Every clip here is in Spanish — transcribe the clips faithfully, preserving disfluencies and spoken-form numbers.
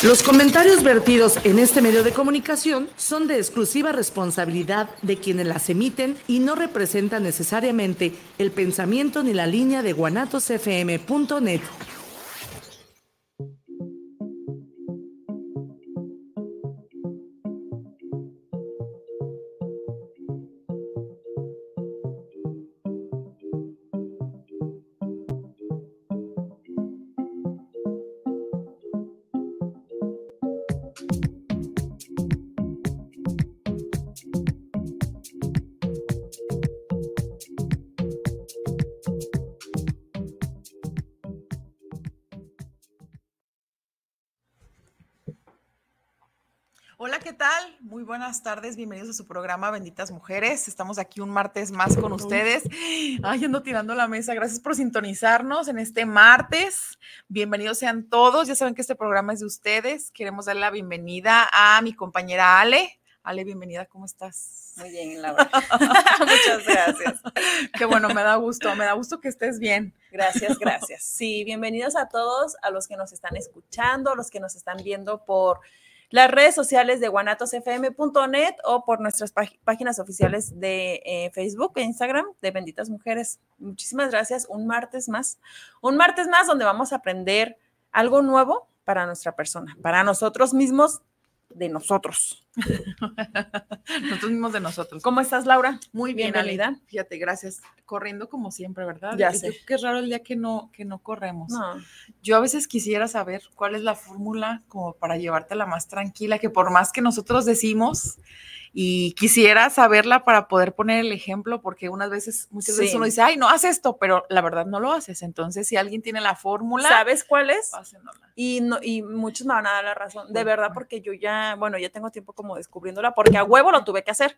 Los comentarios vertidos en este medio de comunicación son de exclusiva responsabilidad de quienes las emiten y no representan necesariamente el pensamiento ni la línea de guanatos f m punto net. Hola, ¿qué tal? Muy buenas tardes, bienvenidos a su programa Benditas Mujeres. Estamos aquí un martes más con ustedes. Ay, ando tirando la mesa. Gracias por sintonizarnos en este martes. Bienvenidos sean todos. Ya saben que este programa es de ustedes. Queremos darle la bienvenida a mi compañera Ale. Ale, bienvenida, ¿cómo estás? Muy bien, Laura. Muchas gracias. Qué bueno, me da gusto, me da gusto que estés bien. Gracias, gracias. Sí, bienvenidos a todos, a los que nos están escuchando, a los que nos están viendo por las redes sociales de guanatos f m punto net o por nuestras pag- páginas oficiales de eh, Facebook e Instagram de Benditas Mujeres. Muchísimas gracias. Un martes más. Un martes más donde vamos a aprender algo nuevo para nuestra persona, para nosotros mismos, de nosotros. Nosotros mismos de nosotros. ¿Cómo estás, Laura? Muy bien, Bienvenida. Ale. Fíjate, gracias. Corriendo como siempre, ¿verdad? Ya Yo sé. creo que es raro el día que no, que no corremos. No. Yo a veces quisiera saber cuál es la fórmula como para llevártela más tranquila, que por más que nosotros decimos, y quisiera saberla para poder poner el ejemplo, porque unas veces, muchas Sí. veces uno dice, ay, no, haz esto, pero la verdad no lo haces. Entonces, si alguien tiene la fórmula, ¿Sabes cuál es? pásenosla. Y, no, y muchos me van a dar la razón, de Bueno, verdad, bueno. porque yo ya, bueno, ya tengo tiempo como descubriéndola, porque a huevo lo tuve que hacer,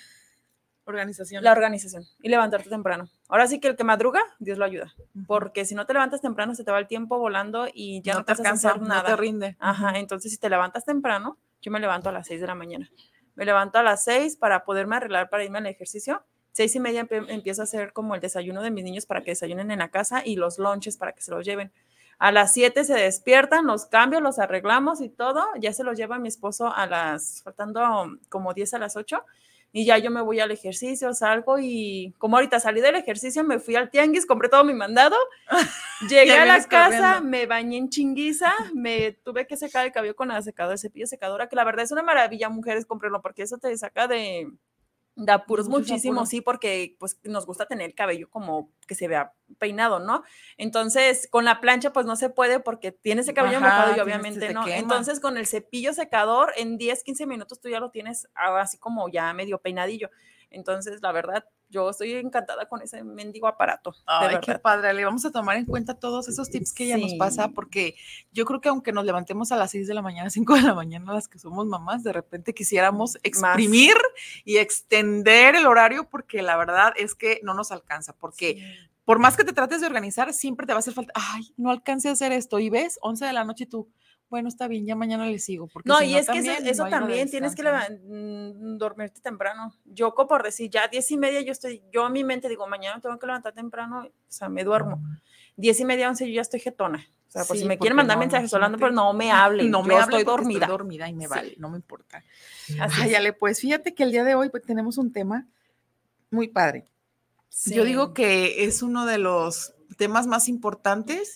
Organización. la organización, y levantarte temprano. Ahora sí que el que madruga, Dios lo ayuda, porque si no te levantas temprano, se te va el tiempo volando y ya no, no te te haces alcanza, hacer nada. no te rinde. Ajá, Ujú. entonces si te levantas temprano, yo me levanto a las seis de la mañana. Me levanto a las seis para poderme arreglar para irme al ejercicio. Seis y media empe- empiezo a hacer como el desayuno de mis niños para que desayunen en la casa y los lunches para que se los lleven. A las siete se despiertan, los cambio, los arreglamos y todo. Ya se los lleva mi esposo a las, faltando como diez a las ocho. Y ya yo me voy al ejercicio, salgo y como ahorita salí del ejercicio, me fui al tianguis, compré todo mi mandado. Llegué Ya a la vienes casa, corriendo. me bañé en chinguiza, me tuve que secar el cabello con la secadora, el cepillo secadora, que la verdad es una maravilla, mujeres, cómprenlo, porque eso te saca de, de apuros Muchos muchísimo, apuros. sí, porque pues nos gusta tener el cabello como que se vea peinado, ¿no? Entonces, con la plancha pues no se puede porque tiene ese cabello Ajá, mojado y tienes- obviamente se te no. quema. Entonces, con el cepillo secador, en diez, quince minutos tú ya lo tienes así como ya medio peinadillo. Entonces, la verdad, yo estoy encantada con ese mendigo aparato, de Ay, verdad. qué padre. Le vamos a tomar en cuenta todos esos tips que ella nos Sí. pasa, porque yo creo que aunque nos levantemos a las seis de la mañana, cinco de la mañana, las que somos mamás, de repente quisiéramos exprimir y extender el horario, porque la verdad es que no nos alcanza, porque Sí. por más que te trates de organizar, siempre te va a hacer falta, ay, no alcancé a hacer esto, y ves, once de la noche y tú, bueno, está bien, ya mañana le sigo, porque No, si y no, es que eso, también eso no hay hora de también tienes que descanso, leva- mm, dormirte temprano. Yo, como por decir, ya diez y media, yo estoy, yo en mi mente digo, mañana tengo que levantar temprano, o sea, me duermo. Diez y media, once, yo ya estoy jetona. O sea, por Sí, si me porque quieren mandar no, mensajes hablando, imagínate. pero no me hablen. No me yo hable estoy porque dormida. estoy dormida y me Sí. vale, no me importa. Así Ay, es. Ale, pues fíjate que el día de hoy pues, tenemos un tema muy padre. Sí. Yo digo que es uno de los temas más importantes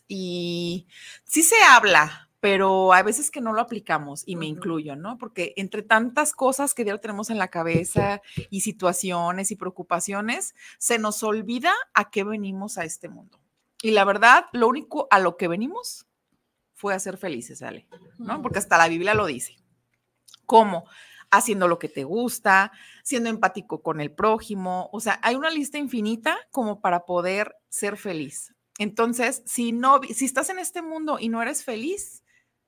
y sí se habla, pero hay veces que no lo aplicamos y me Ujú. incluyo, ¿no? Porque entre tantas cosas que ya tenemos en la cabeza y situaciones y preocupaciones, se nos olvida a qué venimos a este mundo. Y la verdad, lo único a lo que venimos fue a ser felices, Ale, ¿no? Porque hasta la Biblia lo dice. ¿Cómo? Haciendo lo que te gusta, siendo empático con el prójimo. O sea, hay una lista infinita como para poder ser feliz. Entonces, si no, si estás en este mundo y no eres feliz,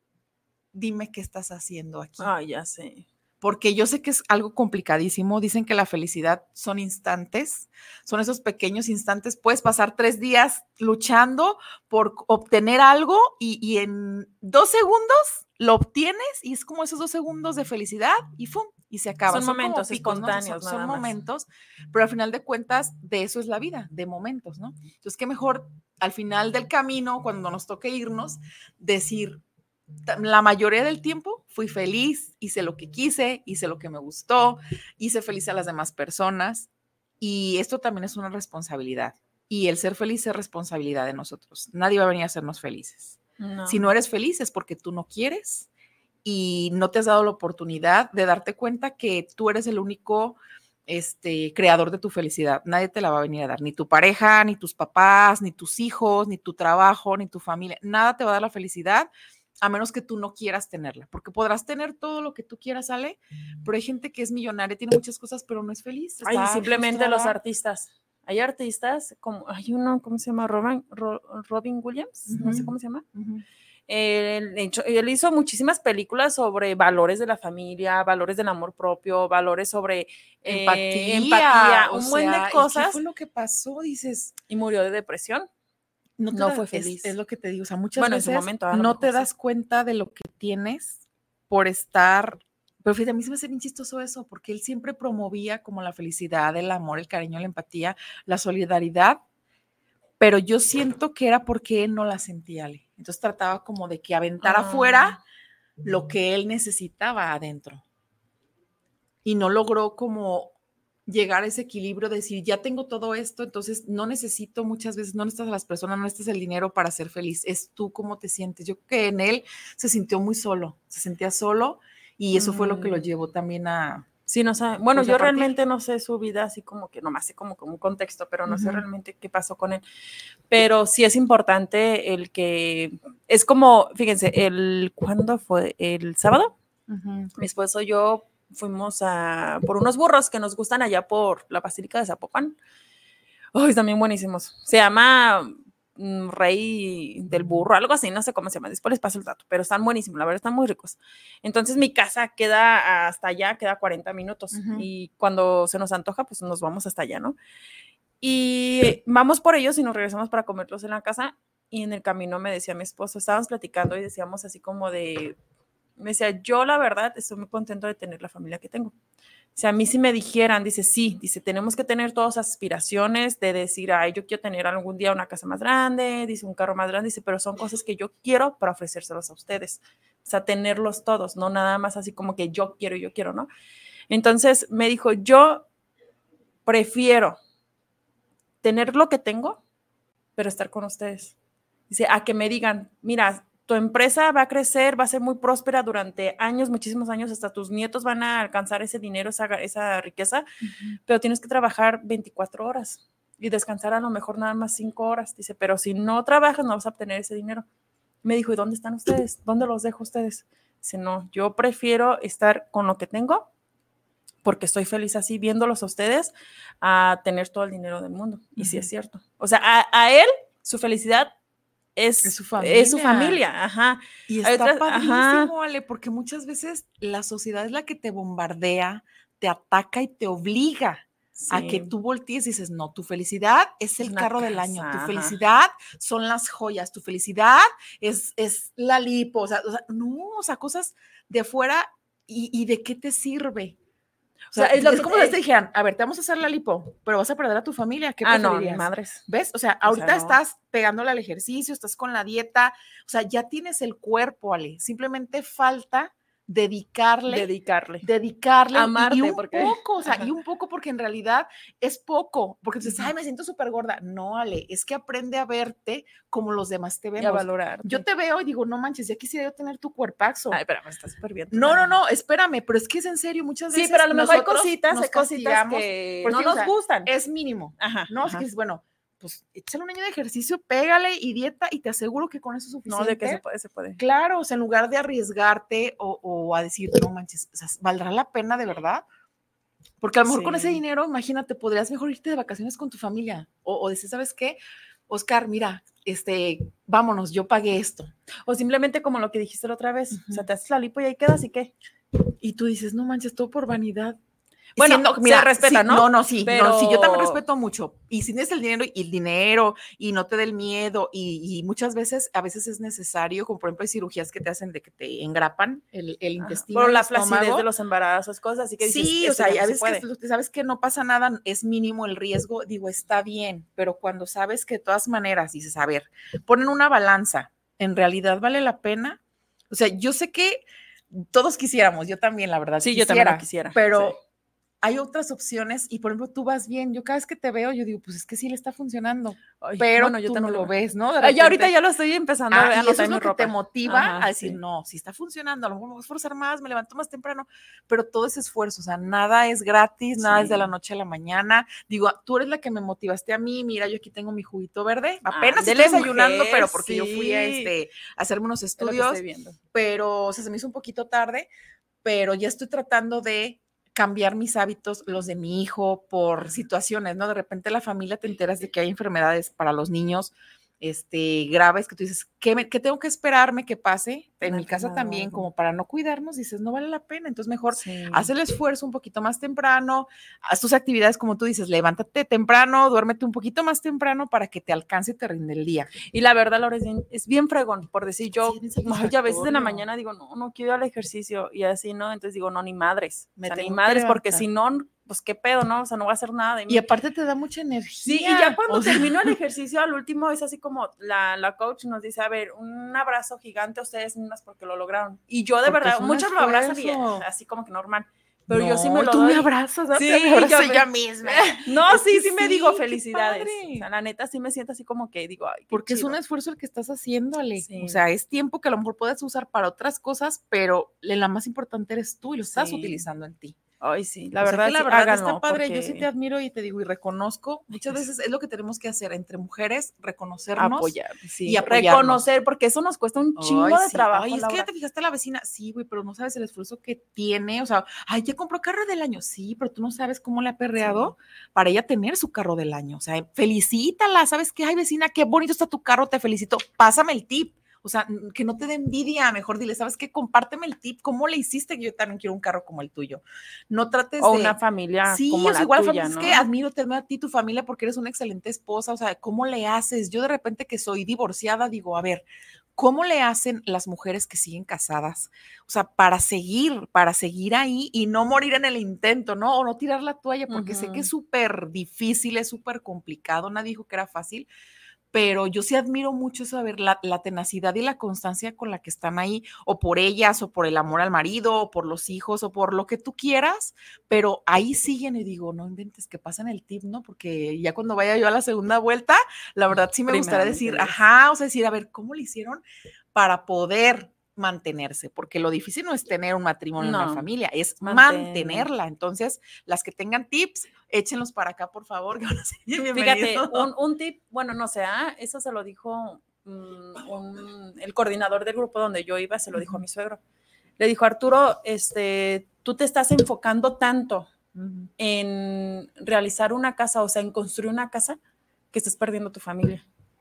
dime qué estás haciendo aquí. Ay, ya sé. Porque yo sé que es algo complicadísimo. Dicen que la felicidad son instantes, son esos pequeños instantes. Puedes pasar tres días luchando por obtener algo y, y en dos segundos lo obtienes y es como esos dos segundos de felicidad y ¡fum! Y se acaba. Son Son, momentos como picos, ¿no? espontáneos, Son, son nada más. momentos, pero al final de cuentas, de eso es la vida, de momentos, ¿no? Entonces, qué mejor al final del camino, cuando nos toque irnos, decir, la mayoría del tiempo fui feliz, hice lo que quise, hice lo que me gustó, hice feliz a las demás personas y esto también es una responsabilidad y el ser feliz es responsabilidad de nosotros. Nadie va a venir a hacernos felices. No. Si no eres feliz es porque tú no quieres y no te has dado la oportunidad de darte cuenta que tú eres el único este, creador de tu felicidad. Nadie te la va a venir a dar, ni tu pareja, ni tus papás, ni tus hijos, ni tu trabajo, ni tu familia. Nada te va a dar la felicidad a menos que tú no quieras tenerla, porque podrás tener todo lo que tú quieras, Ale, pero hay gente que es millonaria, tiene muchas cosas, pero no es feliz. Ay, simplemente frustrada. Los artistas. Hay artistas, como hay uno, ¿cómo se llama? Robin, Ro, Robin Williams, uh-huh. no sé cómo se llama. Uh-huh. Él, él hizo muchísimas películas sobre valores de la familia, valores del amor propio, valores sobre empatía, eh, empatía un buen sea, de cosas. ¿qué fue lo que pasó? Dices, y murió de depresión. No, no da, fue feliz. Es, es lo que te digo, o sea, muchas bueno, veces en su momento, no te das sí. cuenta de lo que tienes por estar, pero fíjate, a mí se me hace bien chistoso eso, porque él siempre promovía como la felicidad, el amor, el cariño, la empatía, la solidaridad, pero yo siento que era porque él no la sentía, Ale. Entonces trataba como de que aventara ah. afuera lo que él necesitaba adentro. Y no logró como llegar a ese equilibrio de decir, ya tengo todo esto, entonces no necesito muchas veces, no necesitas a las personas, no necesitas el dinero para ser feliz, es tú cómo te sientes. Yo creo que en él se sintió muy solo, se sentía solo y eso mm. fue lo que lo llevó también a... Sí, no sabe. Bueno, pues yo realmente no sé su vida así como que nomás sé como, como un contexto, pero no uh-huh. sé realmente qué pasó con él. Pero sí es importante el que, es como, fíjense, el, ¿cuándo fue? ¿El sábado? Uh-huh. Mi esposo y yo fuimos a por unos burros que nos gustan allá por la Basílica de Zapopan. Oh, están bien buenísimos. Se llama um, Rey del Burro, algo así, no sé cómo se llama. Después les paso el dato, pero están buenísimos, la verdad están muy ricos. Entonces mi casa queda hasta allá, queda cuarenta minutos. Uh-huh. Y cuando se nos antoja, pues nos vamos hasta allá, ¿no? Y vamos por ellos y nos regresamos para comerlos en la casa. Y en el camino me decía mi esposo, estábamos platicando y decíamos así como de... Me decía, yo la verdad estoy muy contento de tener la familia que tengo. O sea, a mí si me dijeran, dice, sí, dice, tenemos que tener todas aspiraciones de decir, ay, yo quiero tener algún día una casa más grande, dice, un carro más grande, dice, pero son cosas que yo quiero para ofrecérselos a ustedes. O sea, tenerlos todos, no nada más así como que yo quiero, yo quiero, ¿no? Entonces me dijo, yo prefiero tener lo que tengo, pero estar con ustedes. Dice, a que me digan, mira, tu empresa va a crecer, va a ser muy próspera durante años, muchísimos años, hasta tus nietos van a alcanzar ese dinero, esa, esa riqueza, uh-huh. pero tienes que trabajar veinticuatro horas y descansar a lo mejor nada más cinco horas. Dice, pero si no trabajas no vas a obtener ese dinero. Me dijo, ¿y dónde están ustedes? ¿Dónde los dejo ustedes? Dice, no, yo prefiero estar con lo que tengo porque estoy feliz así viéndolos a ustedes a tener todo el dinero del mundo. Y uh-huh. sí es cierto. O sea, a, a él, su felicidad Es, es su familia. Es su familia, ajá. Y está otras, padrísimo, ajá. Ale, porque muchas veces la sociedad es la que te bombardea, te ataca y te obliga sí. a que tú voltees y dices, no, tu felicidad es el Una carro casa, del año, tu ajá. felicidad son las joyas, tu felicidad es, es la lipo, o sea, o sea, no, o sea, cosas de afuera y, y de qué te sirve. O sea, o sea es, lo es que, como si te dijeran, a ver, te vamos a hacer la lipo, pero vas a perder a tu familia. ¿Qué ah, no, ni madres. ¿Ves? O sea, ahorita o sea, no. estás pegándole al ejercicio, estás con la dieta, o sea, ya tienes el cuerpo, Ale. Simplemente falta dedicarle. Dedicarle. Dedicarle. Amarte. Y, y un porque... poco, o sea, y un poco porque en realidad es poco. Porque dices, ay, me siento súper gorda. No, Ale, es que aprende a verte como los demás te vemos. Y a valorar. Yo te veo y digo, no manches, ya quisiera yo tener tu cuerpazo. Ay, pero me está súper bien. No, no, no, espérame, pero es que es en serio, muchas veces. Sí, pero a lo mejor hay cositas, hay cositas que no nos o sea, gustan. Es mínimo. Ajá. No, ajá. es que es bueno. Pues échale un año de ejercicio, pégale y dieta y te aseguro que con eso es suficiente. No, de que se puede, se puede. Claro, o sea, en lugar de arriesgarte o, o a decir, no manches, o sea, ¿valdrá la pena de verdad? Porque a lo mejor sí. con ese dinero, imagínate, podrías mejor irte de vacaciones con tu familia o, o decir, ¿sabes qué? Oscar, mira, este, vámonos, yo pagué esto. O simplemente como lo que dijiste la otra vez, uh-huh. o sea, te haces la lipo y ahí quedas y qué. Y tú dices, no manches, todo por vanidad. Bueno, siendo, mira, se respeta, sí, ¿no? No, no, sí, pero... no, sí, yo también respeto mucho. Y si tienes el dinero y el dinero y no te dé el miedo y, y muchas veces, a veces es necesario, como por ejemplo hay cirugías que te hacen de que te engrapan el, el intestino. Por la flacidez de los embarazos, cosas así que dices. Sí, o sea, a veces que sabes que no pasa nada, es mínimo el riesgo, digo, está bien, pero cuando sabes que de todas maneras dices, a ver, ponen una balanza, ¿en realidad vale la pena? O sea, yo sé que todos quisiéramos, yo también, la verdad. Sí, quisiera, yo también lo quisiera. Pero... Sí. hay otras opciones y, por ejemplo, tú vas bien. Yo cada vez que te veo, yo digo, pues es que sí le está funcionando, Ay, pero bueno, yo tú también no lo lo ves, ¿no? De Ay, ya ahorita repente. ya lo estoy empezando a Ah, ver, a y eso notar es en lo mi que ropa. te motiva Ajá, a decir, sí. no, si está funcionando, a lo mejor me voy a esforzar más, me levanto más temprano, pero todo ese esfuerzo, o sea, nada es gratis, nada es de Sí. la noche a la mañana. Digo, tú eres la que me motivaste a mí, mira, yo aquí tengo mi juguito verde, apenas Ándele, estoy desayunando, mujer, pero porque yo fui a, sí. este, a hacerme unos Es lo que estudios, estoy viendo. pero, o sea, se me hizo un poquito tarde, pero ya estoy tratando de cambiar mis hábitos, los de mi hijo, por situaciones, ¿no? De repente la familia te enteras de que hay enfermedades para los niños este, graves que tú dices, ¿qué, me, ¿qué tengo que esperarme que pase? En Una mi casa también, como para no cuidarnos, dices, no vale la pena. Entonces, mejor sí. haz el esfuerzo un poquito más temprano, haz tus actividades como tú dices, levántate temprano, duérmete un poquito más temprano para que te alcance y te rinde el día. Y la verdad, Laura, es bien, es bien fregón, por decir, yo, Sí, ay, a veces en la mañana digo, no, no quiero ir al ejercicio, y así, ¿no? Entonces digo, no, ni madres, Me o sea, ni tengo madres, que porque levantar. si no, pues qué pedo, ¿no? O sea, no voy a hacer nada de mí. Y aparte te da mucha energía. Sí, y ya cuando o sea, termino el ejercicio, al último es así como la, la coach nos dice, a ver, un abrazo gigante a ustedes mismas porque lo lograron. Y yo de Porque verdad, es un muchas lo abrazan y esfuerzo. así como que normal. Pero no, yo sí me lo tú doy. me abrazas, ¿no? Sí, me abrazo yo, yo misma. No, Es sí, que sí me sí, digo qué felicidades. padre. O sea, la neta sí me siento así como que digo, ay, qué Porque es chido. un esfuerzo el que estás haciendo, Ale. Sí. O sea, es tiempo que a lo mejor puedes usar para otras cosas, pero la más importante eres tú y lo estás Sí. utilizando en ti. Ay, sí, la o verdad, sea que la sí, verdad háganlo, está padre. porque... Yo sí te admiro y te digo y reconozco. Muchas veces es lo que tenemos que hacer entre mujeres, reconocernos apoyar, sí. y apoyarnos. Reconocer, porque eso nos cuesta un chingo Ay, de sí. trabajo. Ay, es Laura. que ya te fijaste a la vecina, sí, güey, pero no sabes el esfuerzo que tiene. O sea, ay, ya compró carro del año, sí, pero tú no sabes cómo le ha perreado sí. para ella tener su carro del año. O sea, felicítala, ¿sabes qué? Ay, vecina, qué bonito está tu carro, te felicito. Pásame el tip. O sea, que no te dé envidia, mejor dile, ¿sabes qué? Compárteme el tip, ¿cómo le hiciste? Que yo también quiero un carro como el tuyo. No trates o de... O una familia sí, como o sea, la igual tuya, familia, ¿no? Es que admiro, te admiro a ti, tu familia, porque eres una excelente esposa, o sea, ¿cómo le haces? Yo de repente que soy divorciada, digo, a ver, ¿cómo le hacen las mujeres que siguen casadas? O sea, para seguir, para seguir ahí y no morir en el intento, ¿no? O no tirar la toalla, porque uh-huh. sé que es súper difícil, es súper complicado, nadie dijo que era fácil, pero yo sí admiro mucho eso, a ver, la, la tenacidad y la constancia con la que están ahí, o por ellas, o por el amor al marido, o por los hijos, o por lo que tú quieras, pero ahí siguen y digo, no inventes, que pasen el tip, ¿no? Porque ya cuando vaya yo a la segunda vuelta, la verdad sí me gustaría decir, Dios. ajá, o sea, decir, a ver, ¿cómo le hicieron para poder mantenerse? Porque lo difícil no es tener un matrimonio en no, una familia, es mantener. mantenerla. Entonces, las que tengan tips, échenlos para acá, por favor. Fíjate, un, un tip, bueno, no sé, ¿eh? Eso se lo dijo um, un, el coordinador del grupo donde yo iba, se lo dijo uh-huh. a mi suegro. Le dijo, Arturo, este, tú te estás enfocando tanto uh-huh. en realizar una casa, o sea, en construir una casa, que estás perdiendo tu familia.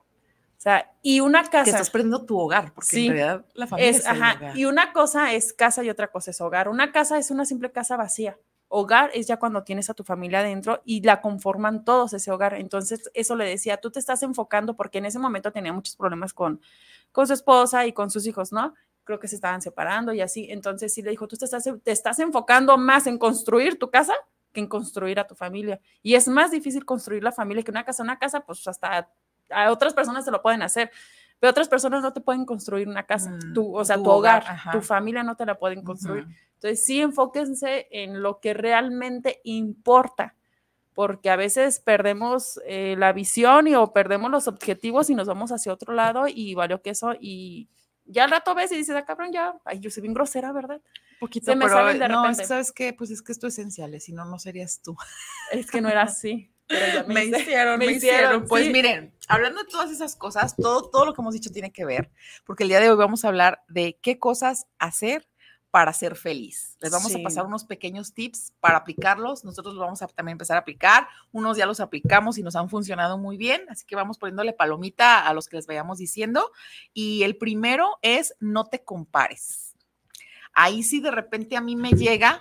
O sea, y una casa. Que estás perdiendo tu hogar, porque sí, en realidad la familia es, es ajá, el hogar. Y una cosa es casa y otra cosa es hogar. Una casa es una simple casa vacía. Hogar es ya cuando tienes a tu familia adentro y la conforman todos ese hogar. Entonces, eso le decía, tú te estás enfocando, porque en ese momento tenía muchos problemas con, con su esposa y con sus hijos, ¿no? Creo que se estaban separando y así. Entonces, sí le dijo, tú te estás, te estás enfocando más en construir tu casa que en construir a tu familia. Y es más difícil construir la familia que una casa. Una casa, pues hasta a otras personas se lo pueden hacer, pero otras personas no te pueden construir una casa, mm, tu, o sea, tu, tu hogar, hogar tu familia no te la pueden construir. Uh-huh. Entonces, sí, enfóquense en lo que realmente importa, porque a veces perdemos eh, la visión y o perdemos los objetivos y nos vamos hacia otro lado y valió que eso, y ya al rato ves y dices, ah, cabrón, ya, ay, yo soy bien grosera, ¿verdad? Un poquito, se me pero salen de no, repente. Es que, ¿sabes qué? Pues es que es tu esencial, si no, no serías tú. Es que no era así. Pero ya me, me hice, hicieron, me, me hicieron. hicieron. Pues sí. Miren, hablando de todas esas cosas, todo, todo lo que hemos dicho tiene que ver, porque el día de hoy vamos a hablar de qué cosas hacer para ser feliz. Les vamos sí. a pasar unos pequeños tips para aplicarlos. Nosotros los vamos a también empezar a aplicar. Unos ya los aplicamos y nos han funcionado muy bien, así que vamos poniéndole palomita a los que les vayamos diciendo. Y el primero es no te compares. Ahí sí de repente a mí me llega,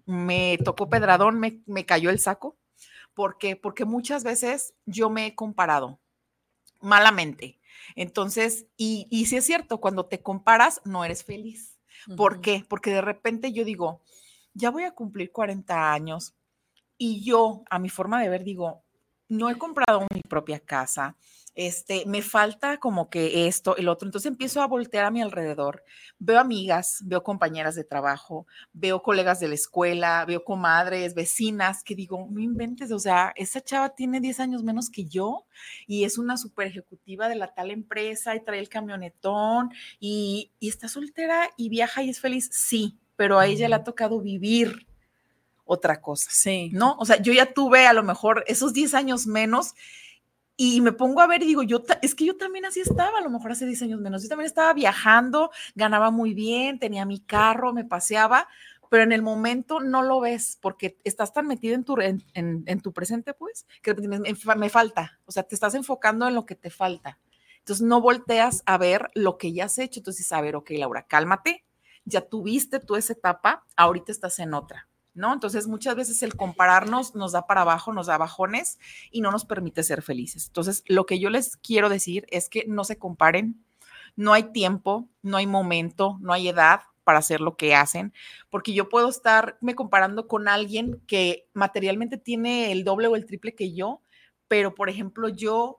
me tocó pedradón, me, me cayó el saco. ¿Por qué? Porque muchas veces yo me he comparado malamente. Entonces, y, y sí es cierto, cuando te comparas no eres feliz. ¿Por uh-huh. qué? Porque de repente yo digo, ya voy a cumplir cuarenta años y yo, a mi forma de ver, digo, no he comprado mi propia casa, este, me falta como que esto, el otro. Entonces empiezo a voltear a mi alrededor. Veo amigas, veo compañeras de trabajo, veo colegas de la escuela, veo comadres, vecinas, que digo, no inventes, o sea, esa chava tiene diez años menos que yo y es una super ejecutiva de la tal empresa y trae el camionetón y, y está soltera y viaja y es feliz. Sí, pero a ella le ha tocado vivir otra cosa. Sí. ¿No? O sea, yo ya tuve a lo mejor esos diez años menos. Y me pongo a ver y digo, yo, es que yo también así estaba, a lo mejor hace diez años menos, yo también estaba viajando, ganaba muy bien, tenía mi carro, me paseaba, pero en el momento no lo ves porque estás tan metido en tu, en, en, en tu presente, pues, que me, me falta, o sea, te estás enfocando en lo que te falta. Entonces no volteas a ver lo que ya has hecho, entonces a ver, ok, Laura, cálmate, ya tuviste tú esa etapa, ahorita estás en otra. ¿No? Entonces, muchas veces el compararnos nos da para abajo, nos da bajones y no nos permite ser felices. Entonces, lo que yo les quiero decir es que no se comparen, no hay tiempo, no hay momento, no hay edad para hacer lo que hacen, porque yo puedo estarme comparando con alguien que materialmente tiene el doble o el triple que yo, pero, por ejemplo, yo,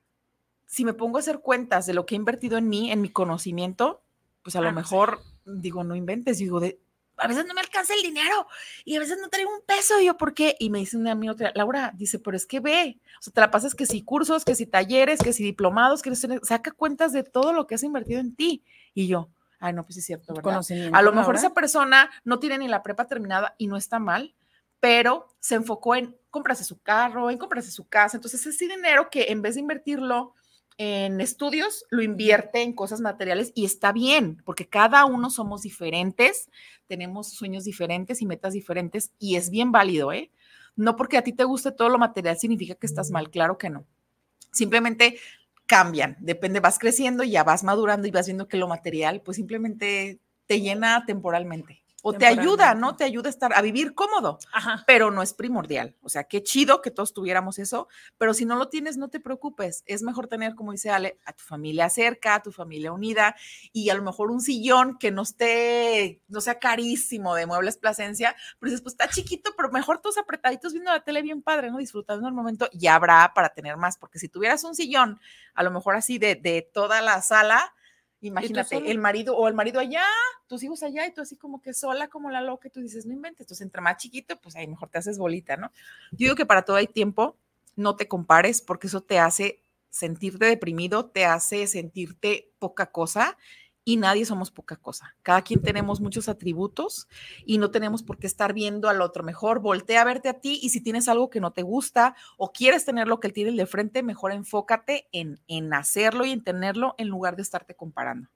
si me pongo a hacer cuentas de lo que he invertido en mí, en mi conocimiento, pues a lo Ah, mejor sí. digo, no inventes, digo, de, a veces no me alcanza el dinero y a veces no traigo un peso. Y yo, ¿por qué? Y me dice una amiga, otra, Laura, dice, pero es que ve, o sea, te la pasas que si cursos, que si talleres, que si diplomados, que si, saca cuentas de todo lo que has invertido en ti. Y yo, ay, no, pues es cierto, ¿verdad? A lo mejor Laura, esa persona no tiene ni la prepa terminada y no está mal, pero se enfocó en comprarse su carro, en comprarse su casa. Entonces, ese dinero que en vez de invertirlo en estudios, lo invierte en cosas materiales y está bien, porque cada uno somos diferentes, tenemos sueños diferentes y metas diferentes y es bien válido, ¿eh? No porque a ti te guste todo lo material significa que estás mal, claro que no. Simplemente cambian, depende, vas creciendo y ya vas madurando y vas viendo que lo material pues simplemente te llena temporalmente. O te ayuda, ¿no? Te ayuda a estar, a vivir cómodo, Ajá. pero no es primordial. O sea, qué chido que todos tuviéramos eso, pero si no lo tienes, no te preocupes. Es mejor tener, como dice Ale, a tu familia cerca, a tu familia unida y a lo mejor un sillón que no esté, no sea carísimo de Muebles Plasencia, pero dices, pues está chiquito, pero mejor todos apretaditos viendo la tele bien padre, ¿no? Disfrutando el momento y habrá para tener más, porque si tuvieras un sillón, a lo mejor así de, de toda la sala, imagínate, el marido o el marido allá, tus hijos allá y tú así como que sola como la loca y tú dices, no inventes, entonces entre más chiquito, pues ahí mejor te haces bolita, ¿no? Yo digo que para todo hay tiempo, no te compares porque eso te hace sentirte deprimido, te hace sentirte poca cosa y nadie somos poca cosa. Cada quien tenemos muchos atributos y no tenemos por qué estar viendo al otro. Mejor voltea a verte a ti y si tienes algo que no te gusta o quieres tener lo que él tiene de frente, mejor enfócate en, en hacerlo y en tenerlo en lugar de estarte comparando.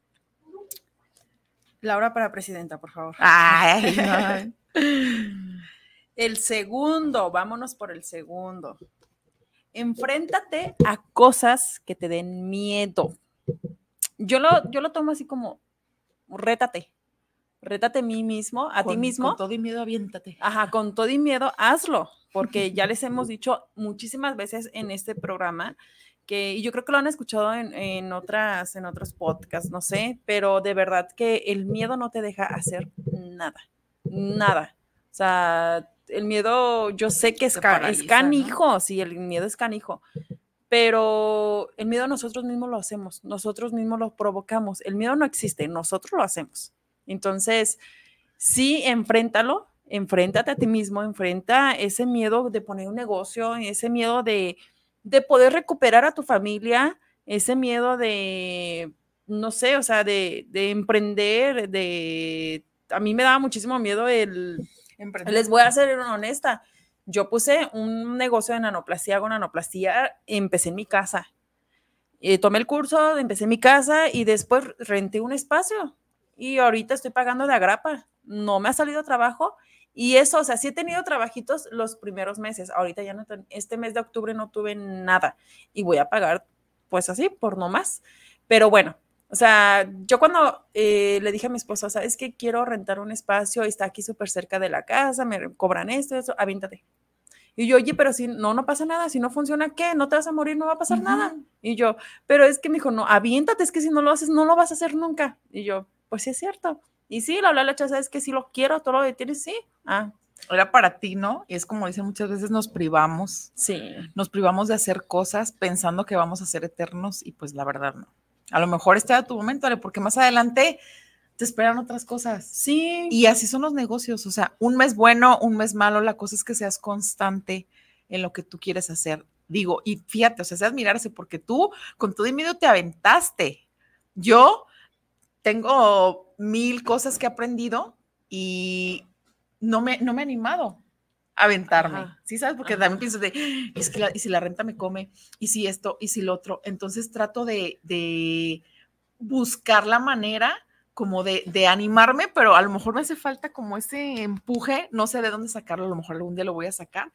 Laura para presidenta, por favor. Ay, no. El segundo, vámonos por el segundo. Enfréntate a cosas que te den miedo. Yo lo, yo lo tomo así como, rétate, rétate a mí mismo, a con, ti mismo. Con todo y miedo, aviéntate. Ajá, con todo y miedo, hazlo, porque ya les hemos dicho muchísimas veces en este programa que, y yo creo que lo han escuchado en, en, otras, en otros podcasts, no sé, pero de verdad que el miedo no te deja hacer nada, nada. O sea, el miedo, yo sé que es, ca es canijo, ¿no? Sí, el miedo es canijo, pero el miedo nosotros mismos lo hacemos, nosotros mismos lo provocamos. El miedo no existe, nosotros lo hacemos. Entonces, sí, enfréntalo, enfréntate a ti mismo, enfrenta ese miedo de poner un negocio, ese miedo de, de poder recuperar a tu familia, ese miedo de, no sé, o sea, de, de emprender, de... A mí me daba muchísimo miedo el... Emprender. Les voy a ser honesta. Yo puse un negocio de nanoplastia, hago nanoplastia, empecé en mi casa. Eh, tomé el curso, empecé en mi casa y después renté un espacio. Y ahorita estoy pagando de agrapa. No me ha salido trabajo. Y eso, o sea, sí he tenido trabajitos los primeros meses. Ahorita ya no, este mes de octubre no tuve nada. Y voy a pagar, pues así, por no más. Pero bueno, o sea, yo cuando eh, le dije a mi esposo, ¿sabes qué? Quiero rentar un espacio, está aquí súper cerca de la casa, me cobran esto, eso, aviéntate. Y yo, oye, pero si no, no pasa nada, si no funciona, ¿qué? No te vas a morir, no va a pasar uh-huh. nada. Y yo, pero es que me dijo, no, aviéntate, es que si no lo haces, no lo vas a hacer nunca. Y yo, pues sí es cierto. Y sí, la habla la chaza es que si lo quiero, todo lo detienes, sí. Ah, era para ti, ¿no? Y es como dicen muchas veces, nos privamos. Sí. Nos privamos de hacer cosas pensando que vamos a ser eternos y pues la verdad no. A lo mejor este era tu momento, Ale, porque más adelante te esperan otras cosas. Sí. Y así son los negocios, o sea, un mes bueno, un mes malo, la cosa es que seas constante en lo que tú quieres hacer. Digo, y fíjate, o sea, es de admirarse porque tú con todo y miedo te aventaste. Yo tengo mil cosas que he aprendido y no me, no me he animado a aventarme. Ajá. ¿Sí sabes? Porque Ajá. también pienso de, es que la, y si la renta me come, y si esto, y si lo otro. Entonces trato de, de buscar la manera como de, de animarme, pero a lo mejor me hace falta como ese empuje, no sé de dónde sacarlo, a lo mejor algún día lo voy a sacar,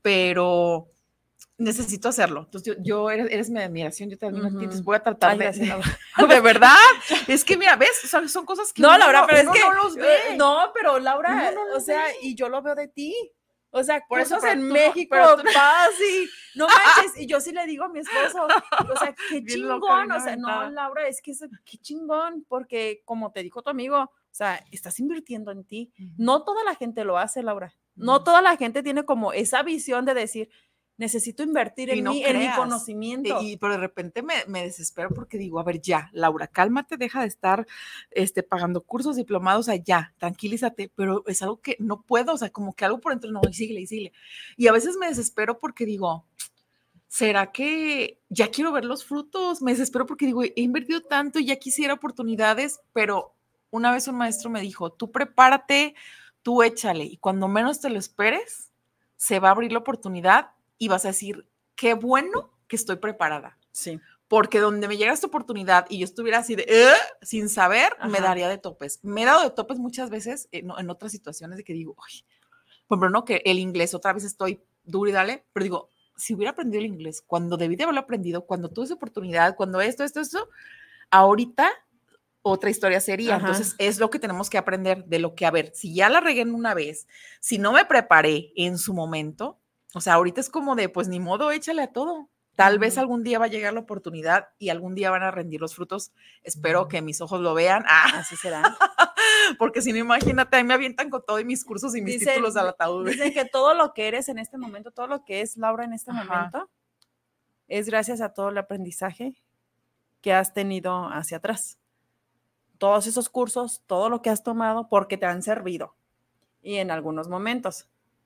pero necesito hacerlo. Entonces, yo, yo eres, eres mi admiración, yo te admiro a ti, entonces voy a tratar Ay, de, gracias, de, Laura. de verdad, es que mira, ¿ves? O sea, son cosas que No, uno Laura, no- pero es uno que no los ve. eh, no, pero Laura, Uno no lo o sea, ve. y yo lo veo de ti. O sea, Por eso, cosas pero en tú no- México, pero tú no- paz, y no manches, y yo sí le digo a mi esposo, o sea, qué Bien loca, chingón, bien o sea, no, aventada. Laura, es que es, qué chingón, porque como te dijo tu amigo, o sea, estás invirtiendo en ti. Ujú. No toda la gente lo hace, Laura. No Ujú. toda la gente tiene como esa visión de decir, necesito invertir Y en no mí, en mi creas. conocimiento. Y, y- pero de repente me, me desespero porque digo, a ver, ya, Laura, cálmate, deja de estar este, pagando cursos, diplomados allá, tranquilízate, pero es algo que no puedo, o sea, como que algo por dentro, no, y síguele, y síguele. Y a veces me desespero porque digo, ¿será que ya quiero ver los frutos? Me desespero porque digo, he invertido tanto y ya quisiera oportunidades, pero una vez un maestro me dijo, tú prepárate, tú échale, y cuando menos te lo esperes, se va a abrir la oportunidad y vas a decir, qué bueno que estoy preparada. Sí. Porque donde me llega esta oportunidad y yo estuviera así de, "¿Eh?", sin saber, me Ajá. daría de topes. Me he dado de topes muchas veces en, en otras situaciones de que digo, ay, por ejemplo, no, que el inglés, otra vez estoy duro y dale, pero digo, si hubiera aprendido el inglés cuando debí de haberlo aprendido, cuando tuve esa oportunidad, cuando esto, esto, esto, ahorita otra historia sería. Ajá. Entonces, es lo que tenemos que aprender de lo que, a ver, si ya la regué en una vez, si no me preparé en su momento, o sea, ahorita es como de, pues ni modo, échale a todo. Tal Ujú. vez algún día va a llegar la oportunidad y algún día van a rendir los frutos. Espero que mis ojos lo vean. Ah, Así será. porque si no, imagínate, ahí me avientan con todo y mis cursos y mis Dicen, títulos al ataúd. dicen que todo lo que eres en este momento, todo lo que es Laura en este Ajá. momento, es gracias a todo el aprendizaje que has tenido hacia atrás. Todos esos cursos, todo lo que has tomado, porque te han servido. Y en algunos momentos.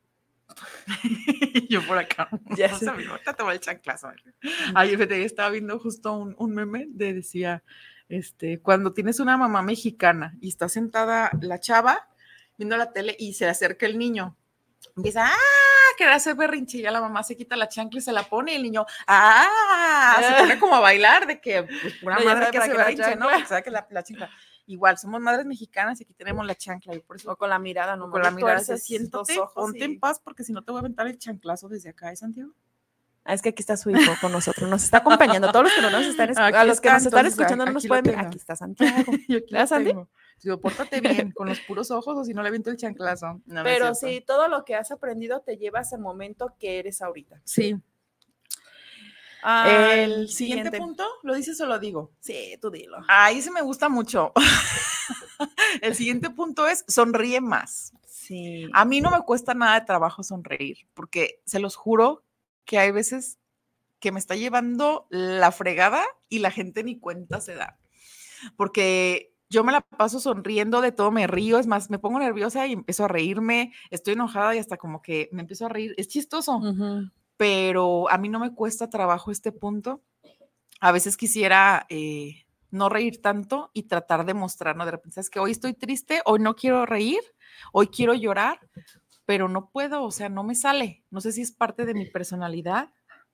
Yo por acá. Ya No sé. sé, ahorita te voy el chanclazo. Ayer fíjate, estaba viendo justo un, un meme de decía, este, cuando tienes una mamá mexicana y está sentada la chava viendo la tele y se le acerca el niño, empieza a querer hacer berrinche y ya la mamá se quita la chancla y se la pone y el niño, ¡ah! Se pone como a bailar de que, pues, una Ya madre sabe que para hace qué la berrinche, ¿no? chancla. Porque sabe que la, la chancla. Igual, somos madres mexicanas y aquí tenemos la chancla y por eso O con la mirada, no con la mirada se tuerces siéntate, los ojos ponte y- en paz porque si no te voy a aventar el chanclazo desde acá, ¿eh, Santiago? Ah, es que aquí está su hijo con nosotros, nos está acompañando. Todos los que no nos están, esc- Aquí a los que está, nos están entonces, escuchando no aquí nos lo pueden ver. tengo. Aquí está Santiago. Yo aquí ¿Verdad, lo Sandy? tengo. Digo, pórtate bien, con los puros ojos o si no le aviento el chanclazo. No, no es Pero cierto. sí, todo lo que has aprendido te llevas al momento que eres ahorita. Sí. Al El siguiente punto, ¿lo dices o lo digo? Sí, tú dilo. Ahí se me gusta mucho. El siguiente punto es sonríe más. Sí. A mí no me cuesta nada de trabajo sonreír, porque se los juro que hay veces que me está llevando la fregada y la gente ni cuenta se da. Porque yo me la paso sonriendo, de todo me río, es más, me pongo nerviosa y empiezo a reírme, estoy enojada y hasta como que me empiezo a reír. Es chistoso, Ujú. pero a mí no me cuesta trabajo este punto. A veces quisiera eh, no reír tanto y tratar de mostrar, ¿no? De repente, es que hoy estoy triste, hoy no quiero reír, hoy quiero llorar, pero no puedo, o sea, no me sale. No sé si es parte de mi personalidad,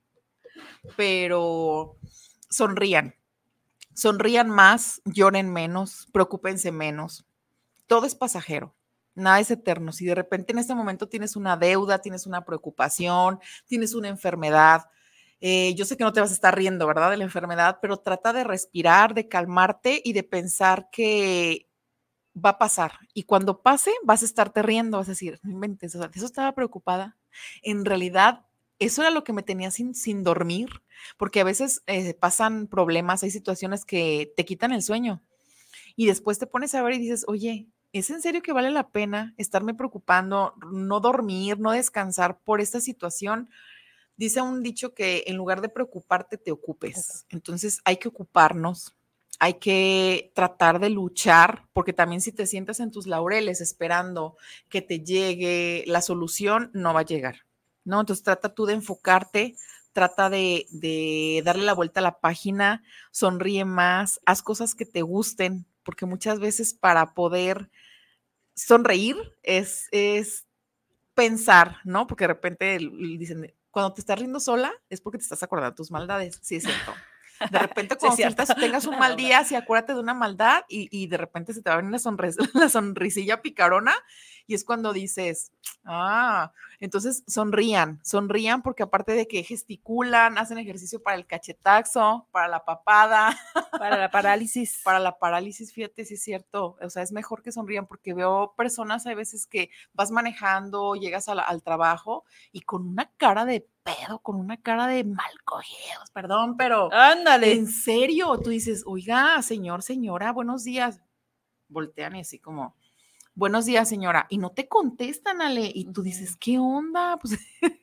pero sonrían. Sonrían más, lloren menos, preocúpense menos. Todo es pasajero, nada es eterno. Si de repente en este momento tienes una deuda, tienes una preocupación, tienes una enfermedad, eh, yo sé que no te vas a estar riendo, ¿verdad? De la enfermedad, pero trata de respirar, de calmarte y de pensar que va a pasar. Y cuando pase, vas a estarte riendo, vas a decir, no inventes, o sea, de eso estaba preocupada. En realidad, eso era lo que me tenía sin, sin dormir, porque a veces eh, pasan problemas, hay situaciones que te quitan el sueño. Y después te pones a ver y dices, oye, ¿es en serio que vale la pena estarme preocupando, no dormir, no descansar por esta situación? Dice un dicho que en lugar de preocuparte, te ocupes. Entonces hay que ocuparnos, hay que tratar de luchar, porque también si te sientas en tus laureles esperando que te llegue la solución, no va a llegar, ¿no? Entonces trata tú de enfocarte, trata de, de darle la vuelta a la página, sonríe más, haz cosas que te gusten, porque muchas veces para poder sonreír es, es pensar, ¿no? Porque de repente dicen, cuando te estás riendo sola es porque te estás acordando de tus maldades. Sí, es cierto. De repente cuando sí sientas, tengas un mal día, sí, acuérdate de una maldad y, y de repente se te va a venir la, sonris la sonrisilla picarona y es cuando dices, ah, entonces sonrían, sonrían porque aparte de que gesticulan, hacen ejercicio para el cachetazo, para la papada, para la parálisis. Para la parálisis, fíjate, sí es cierto, o sea, es mejor que sonrían porque veo personas a veces que vas manejando, llegas a la, al trabajo y con una cara de pedo, con una cara de mal cogidos, perdón, pero ándale, en serio, tú dices, oiga, señor, señora, buenos días, voltean y así como, buenos días, señora, y no te contestan, Ale, y tú dices, ¿qué onda? Pues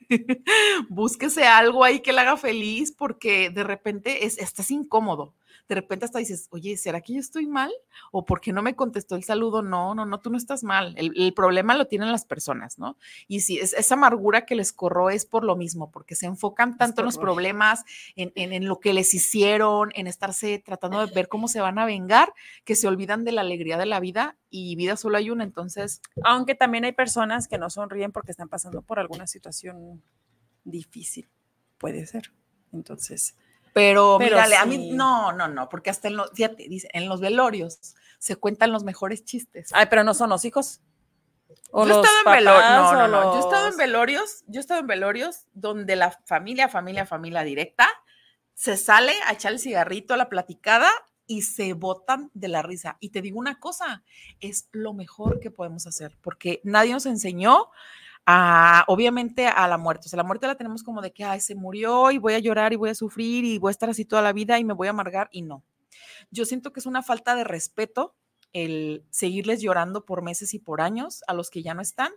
búsquese algo ahí que le haga feliz porque de repente es, estás incómodo. De repente hasta dices, oye, ¿será que yo estoy mal? ¿O por qué no me contestó el saludo? No, no, no, tú no estás mal. El, el problema lo tienen las personas, ¿no? Y si es, esa amargura que les corroe es por lo mismo, porque se enfocan tanto en los problemas, en, en, en lo que les hicieron, en estarse tratando de ver cómo se van a vengar, que se olvidan de la alegría de la vida y vida solo hay una, entonces. Aunque también hay personas que no sonríen porque están pasando por alguna situación difícil, puede ser. Entonces... Pero, pero mírale, sí. A mí, no, no, no, porque hasta en los, fíjate, dice, en los velorios se cuentan los mejores chistes. Ay, pero no son los hijos. ¿O yo he estado en velorios, no, no, no, los... yo he estado en velorios, yo he estado en velorios donde la familia, familia, familia directa se sale a echar el cigarrito a la platicada y se botan de la risa. Y te digo una cosa, es lo mejor que podemos hacer, porque nadie nos enseñó a, obviamente a la muerte, o sea, la muerte la tenemos como de que, ay, se murió y voy a llorar y voy a sufrir y voy a estar así toda la vida y me voy a amargar, y no. Yo siento que es una falta de respeto el seguirles llorando por meses y por años a los que ya no están,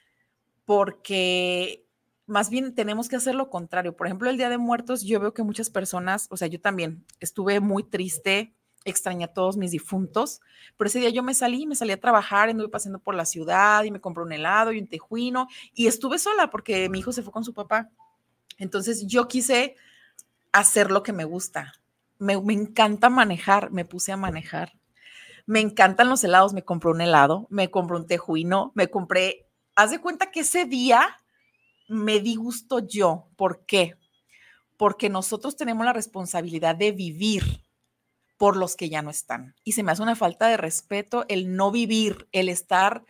porque más bien tenemos que hacer lo contrario. Por ejemplo, el Día de Muertos, yo veo que muchas personas, o sea, yo también estuve muy triste, extrañé a todos mis difuntos, pero ese día yo me salí, me salí a trabajar, anduve paseando por la ciudad y me compré un helado y un tejuino y estuve sola porque mi hijo se fue con su papá. Entonces yo quise hacer lo que me gusta. Me, me encanta manejar, me puse a manejar. Me encantan los helados, me compré un helado, me compré un tejuino, me compré, haz de cuenta que ese día me di gusto yo. ¿Por qué? Porque nosotros tenemos la responsabilidad de vivir por los que ya no están. Y se me hace una falta de respeto el no vivir, el estar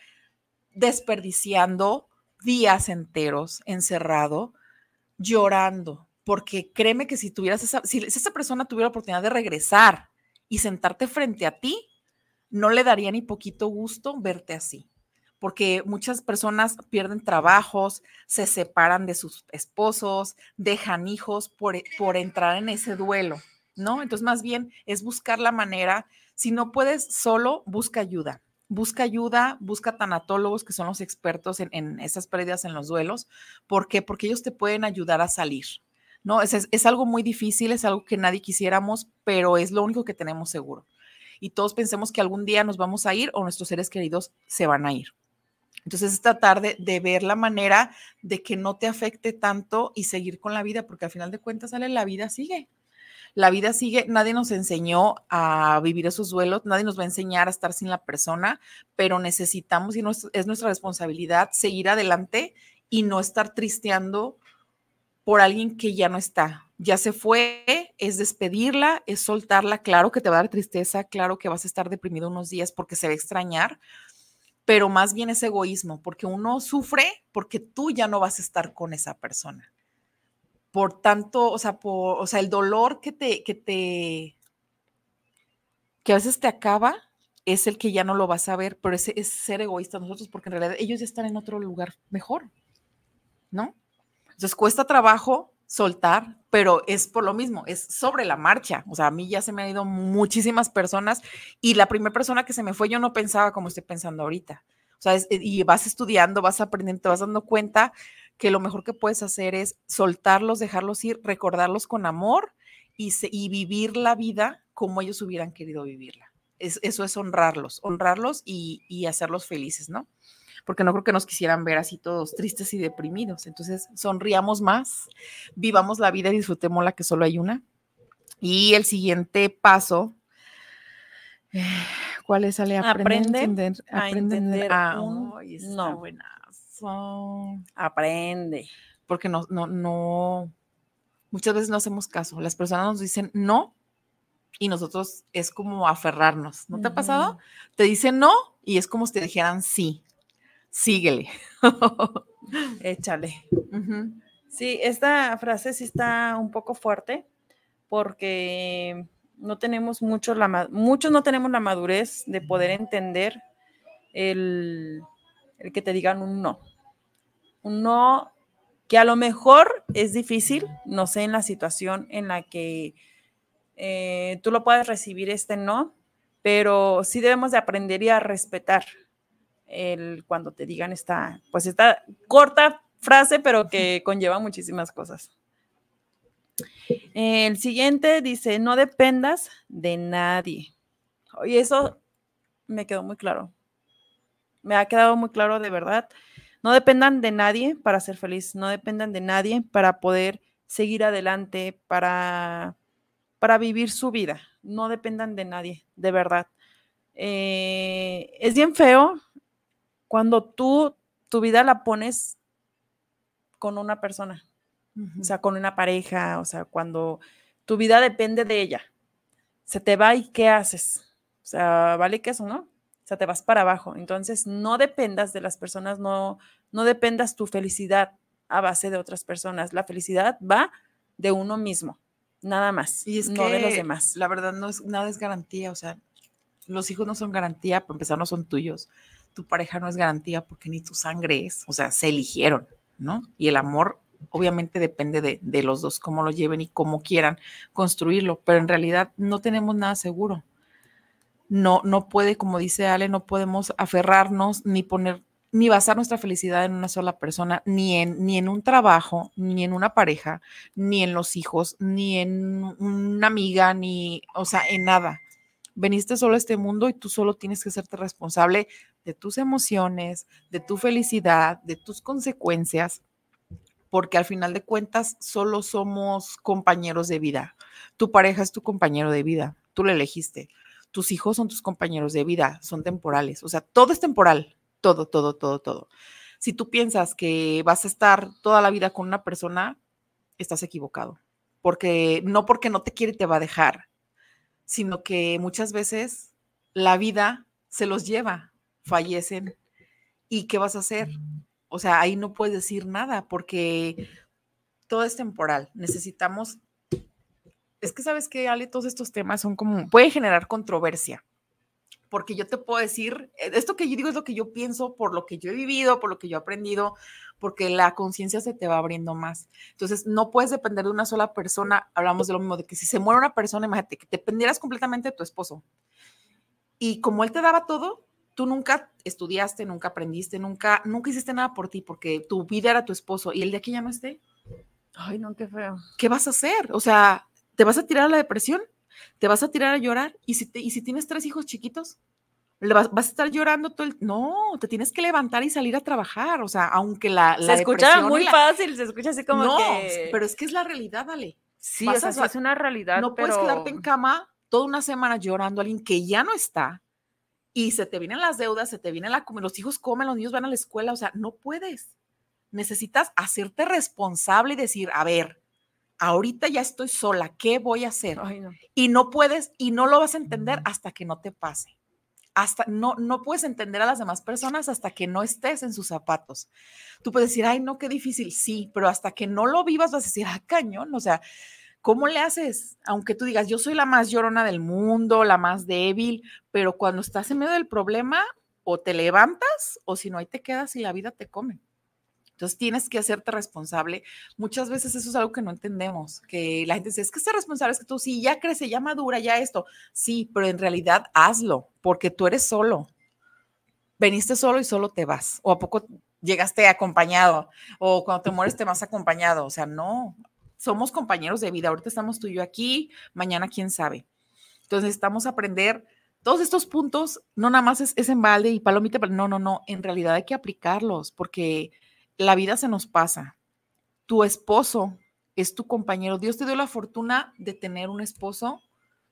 desperdiciando días enteros encerrado, llorando, porque créeme que si tuvieras esa, si esa persona tuviera la oportunidad de regresar y sentarte frente a ti, no le daría ni poquito gusto verte así, porque muchas personas pierden trabajos, se separan de sus esposos, dejan hijos por, por entrar en ese duelo, ¿no? Entonces, más bien es buscar la manera, si no puedes solo, busca ayuda, busca ayuda, busca tanatólogos que son los expertos en, en esas pérdidas, en los duelos. ¿Por qué? Porque ellos te pueden ayudar a salir, ¿no? Es, es, es algo muy difícil, es algo que nadie quisiéramos, pero es lo único que tenemos seguro. Y todos pensemos que algún día nos vamos a ir o nuestros seres queridos se van a ir. Entonces es tratar de, de ver la manera de que no te afecte tanto y seguir con la vida, porque al final de cuentas, sale, la vida sigue. La vida sigue, nadie nos enseñó a vivir esos duelos, nadie nos va a enseñar a estar sin la persona, pero necesitamos y es nuestra responsabilidad seguir adelante y no estar tristeando por alguien que ya no está. Ya se fue, es despedirla, es soltarla. Claro que te va a dar tristeza, claro que vas a estar deprimido unos días porque se va a extrañar, pero más bien es egoísmo, porque uno sufre porque tú ya no vas a estar con esa persona. Por tanto, o sea, por, o sea, el dolor que te, que te, que a veces te acaba, es el que ya no lo vas a ver, pero ese es ser egoísta nosotros, porque en realidad ellos ya están en otro lugar mejor, ¿no? Entonces cuesta trabajo soltar, pero es por lo mismo, es sobre la marcha. O sea, a mí ya se me han ido muchísimas personas y la primera persona que se me fue yo no pensaba como estoy pensando ahorita. O sea, es, y vas estudiando, vas aprendiendo, te vas dando cuenta que lo mejor que puedes hacer es soltarlos, dejarlos ir, recordarlos con amor y, se, y vivir la vida como ellos hubieran querido vivirla. Es, eso es honrarlos, honrarlos y, y hacerlos felices, ¿no? Porque no creo que nos quisieran ver así todos tristes y deprimidos. Entonces, sonriamos más, vivamos la vida y disfrutémosla, que solo hay una. Y el siguiente paso, ¿cuál es, Ale? Aprende, aprende a entender. a Aprende entender a entender. un Ah, oh, está no. buenazo. Aprende. Porque no, no, no, muchas veces no hacemos caso. Las personas nos dicen no y nosotros es como aferrarnos. ¿No te ha pasado? Te dicen no y es como si te dijeran sí. Síguele. Échale. Uh-huh. Sí, esta frase sí está un poco fuerte porque no tenemos mucho la, muchos no tenemos la madurez de poder entender el, el que te digan un no. Un no que a lo mejor es difícil, no sé, en la situación en la que eh, tú lo puedes recibir este no, pero sí debemos de aprender y a respetar el cuando te digan esta, pues esta corta frase, pero que conlleva muchísimas cosas. El siguiente dice, no dependas de nadie. Y eso me quedó muy claro. Me ha quedado muy claro de verdad. No dependan de nadie para ser feliz. No dependan de nadie para poder seguir adelante, para, para vivir su vida. No dependan de nadie, de verdad. Eh, es bien feo cuando tú tu vida la pones con una persona, uh-huh. O sea, con una pareja, o sea, cuando tu vida depende de ella, se te va y ¿qué haces? O sea, vale que eso, ¿no? O sea, te vas para abajo. Entonces, no dependas de las personas, no, no dependas tu felicidad a base de otras personas. La felicidad va de uno mismo, nada más, y es no que, de los demás. La verdad, no es, nada es garantía, o sea, los hijos no son garantía, para empezar no son tuyos, tu pareja no es garantía porque ni tu sangre es, o sea, se eligieron, ¿no? Y el amor obviamente depende de, de los dos, cómo lo lleven y cómo quieran construirlo, pero en realidad no tenemos nada seguro. No, no puede, como dice Ale, no podemos aferrarnos ni poner, ni basar nuestra felicidad en una sola persona, ni en, ni en un trabajo, ni en una pareja, ni en los hijos, ni en una amiga, ni, o sea, en nada. Veniste solo a este mundo y tú solo tienes que hacerte responsable de tus emociones, de tu felicidad, de tus consecuencias, porque al final de cuentas solo somos compañeros de vida. Tu pareja es tu compañero de vida, tú lo elegiste. Tus hijos son tus compañeros de vida, son temporales, o sea, todo es temporal, todo, todo, todo, todo. Si tú piensas que vas a estar toda la vida con una persona, estás equivocado, porque no porque no te quiere te va a dejar, sino que muchas veces la vida se los lleva, fallecen, ¿y qué vas a hacer? O sea, ahí no puedes decir nada porque todo es temporal, necesitamos... Es que, ¿sabes qué, Ale? Todos estos temas son como, puede generar controversia, porque yo te puedo decir, esto que yo digo es lo que yo pienso por lo que yo he vivido, por lo que yo he aprendido, porque la conciencia se te va abriendo más. Entonces, no puedes depender de una sola persona. Hablamos de lo mismo, de que si se muere una persona, imagínate que dependieras completamente de tu esposo. Y como él te daba todo, tú nunca estudiaste, nunca aprendiste, nunca, nunca hiciste nada por ti, porque tu vida era tu esposo, y el de aquí ya no esté. Ay, no, qué feo. ¿Qué vas a hacer? O sea, ¿te vas a tirar a la depresión? ¿Te vas a tirar a llorar? ¿Y si, te, y si tienes tres hijos chiquitos? Vas, vas a estar llorando todo el... No, te tienes que levantar y salir a trabajar. O sea, aunque la, se la escucha muy la... fácil, se escucha así como no, que... pero es que es la realidad, Ale. Sí, vas o sea, a... sí es una realidad, no pero... puedes quedarte en cama toda una semana llorando a alguien que ya no está y se te vienen las deudas, se te viene la... Los hijos comen, los niños van a la escuela. O sea, no puedes. Necesitas hacerte responsable y decir, a ver, ahorita ya estoy sola, ¿qué voy a hacer? Ay, no. Y no puedes, y no lo vas a entender hasta que no te pase. Hasta, no, no puedes entender a las demás personas hasta que no estés en sus zapatos. Tú puedes decir, ay, no, qué difícil, sí, pero hasta que no lo vivas vas a decir, ah, cañón, o sea, ¿cómo le haces? Aunque tú digas, yo soy la más llorona del mundo, la más débil, pero cuando estás en medio del problema, o te levantas, o si no, ahí te quedas y la vida te come. Entonces tienes que hacerte responsable. Muchas veces eso es algo que no entendemos, que la gente dice, es que ser responsable es que tú sí, ya crece, ya madura, ya esto. Sí, pero en realidad hazlo, porque tú eres solo. Veniste solo y solo te vas. O a poco llegaste acompañado, o cuando te mueres te vas acompañado. O sea, no, somos compañeros de vida. Ahorita estamos tú y yo aquí, mañana quién sabe. Entonces necesitamos aprender todos estos puntos, no nada más es, es en balde y palomita, pero no, no, no, en realidad hay que aplicarlos porque la vida se nos pasa. Tu esposo es tu compañero. Dios te dio la fortuna de tener un esposo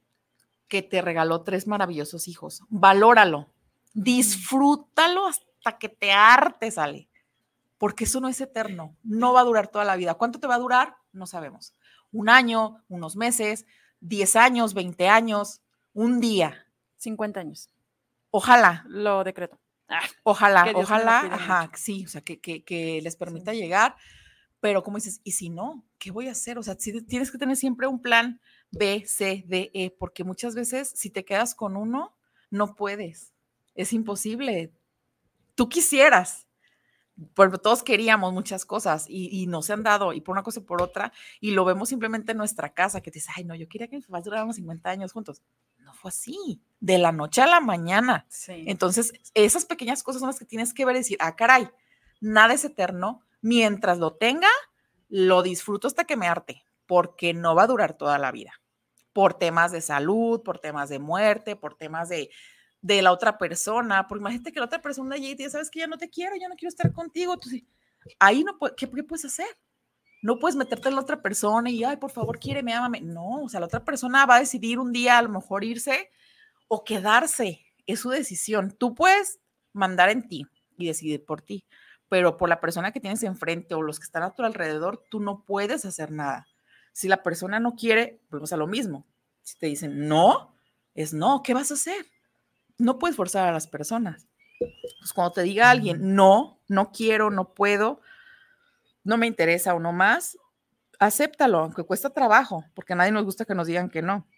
que te regaló tres maravillosos hijos. Valóralo, disfrútalo hasta que te hartes, Ale, porque eso no es eterno, no va a durar toda la vida. ¿Cuánto te va a durar? No sabemos. Un año, unos meses, diez años, veinte años, un día. cincuenta años. Ojalá. Lo decreto. Ah, ojalá, ojalá, ajá, mucho. Sí, o sea, que, que, que les permita sí. llegar, pero como dices, ¿y si no? ¿Qué voy a hacer? O sea, si tienes que tener siempre un plan B, C, D, E, porque muchas veces si te quedas con uno, no puedes, es imposible. Tú quisieras, porque todos queríamos muchas cosas y, y no se han dado, y por una cosa y por otra, y lo vemos simplemente en nuestra casa, que te dice, ay, no, yo quería que mis papás duráramos cincuenta años juntos. No fue así, de la noche a la mañana. Sí. Entonces, esas pequeñas cosas son las que tienes que ver y decir, ah, caray, nada es eterno, mientras lo tenga, lo disfruto hasta que me harte, porque no va a durar toda la vida, por temas de salud, por temas de muerte, por temas de, de la otra persona, porque imagínate que la otra persona ya te sabes que ya no te quiero, ya no quiero estar contigo, entonces, ahí no, ¿qué, ¿qué puedes hacer? No puedes meterte en la otra persona y, ay, por favor, quiéreme, ámame. No, o sea, la otra persona va a decidir un día a lo mejor irse o quedarse. Es su decisión. Tú puedes mandar en ti y decidir por ti, pero por la persona que tienes enfrente o los que están a tu alrededor, tú no puedes hacer nada. Si la persona no quiere, volvemos a lo mismo. Si te dicen no, es no. ¿Qué vas a hacer? No puedes forzar a las personas. Pues cuando te diga alguien, no, no quiero, no puedo, no me interesa o no más, acéptalo, aunque cuesta trabajo, porque a nadie nos gusta que nos digan que no.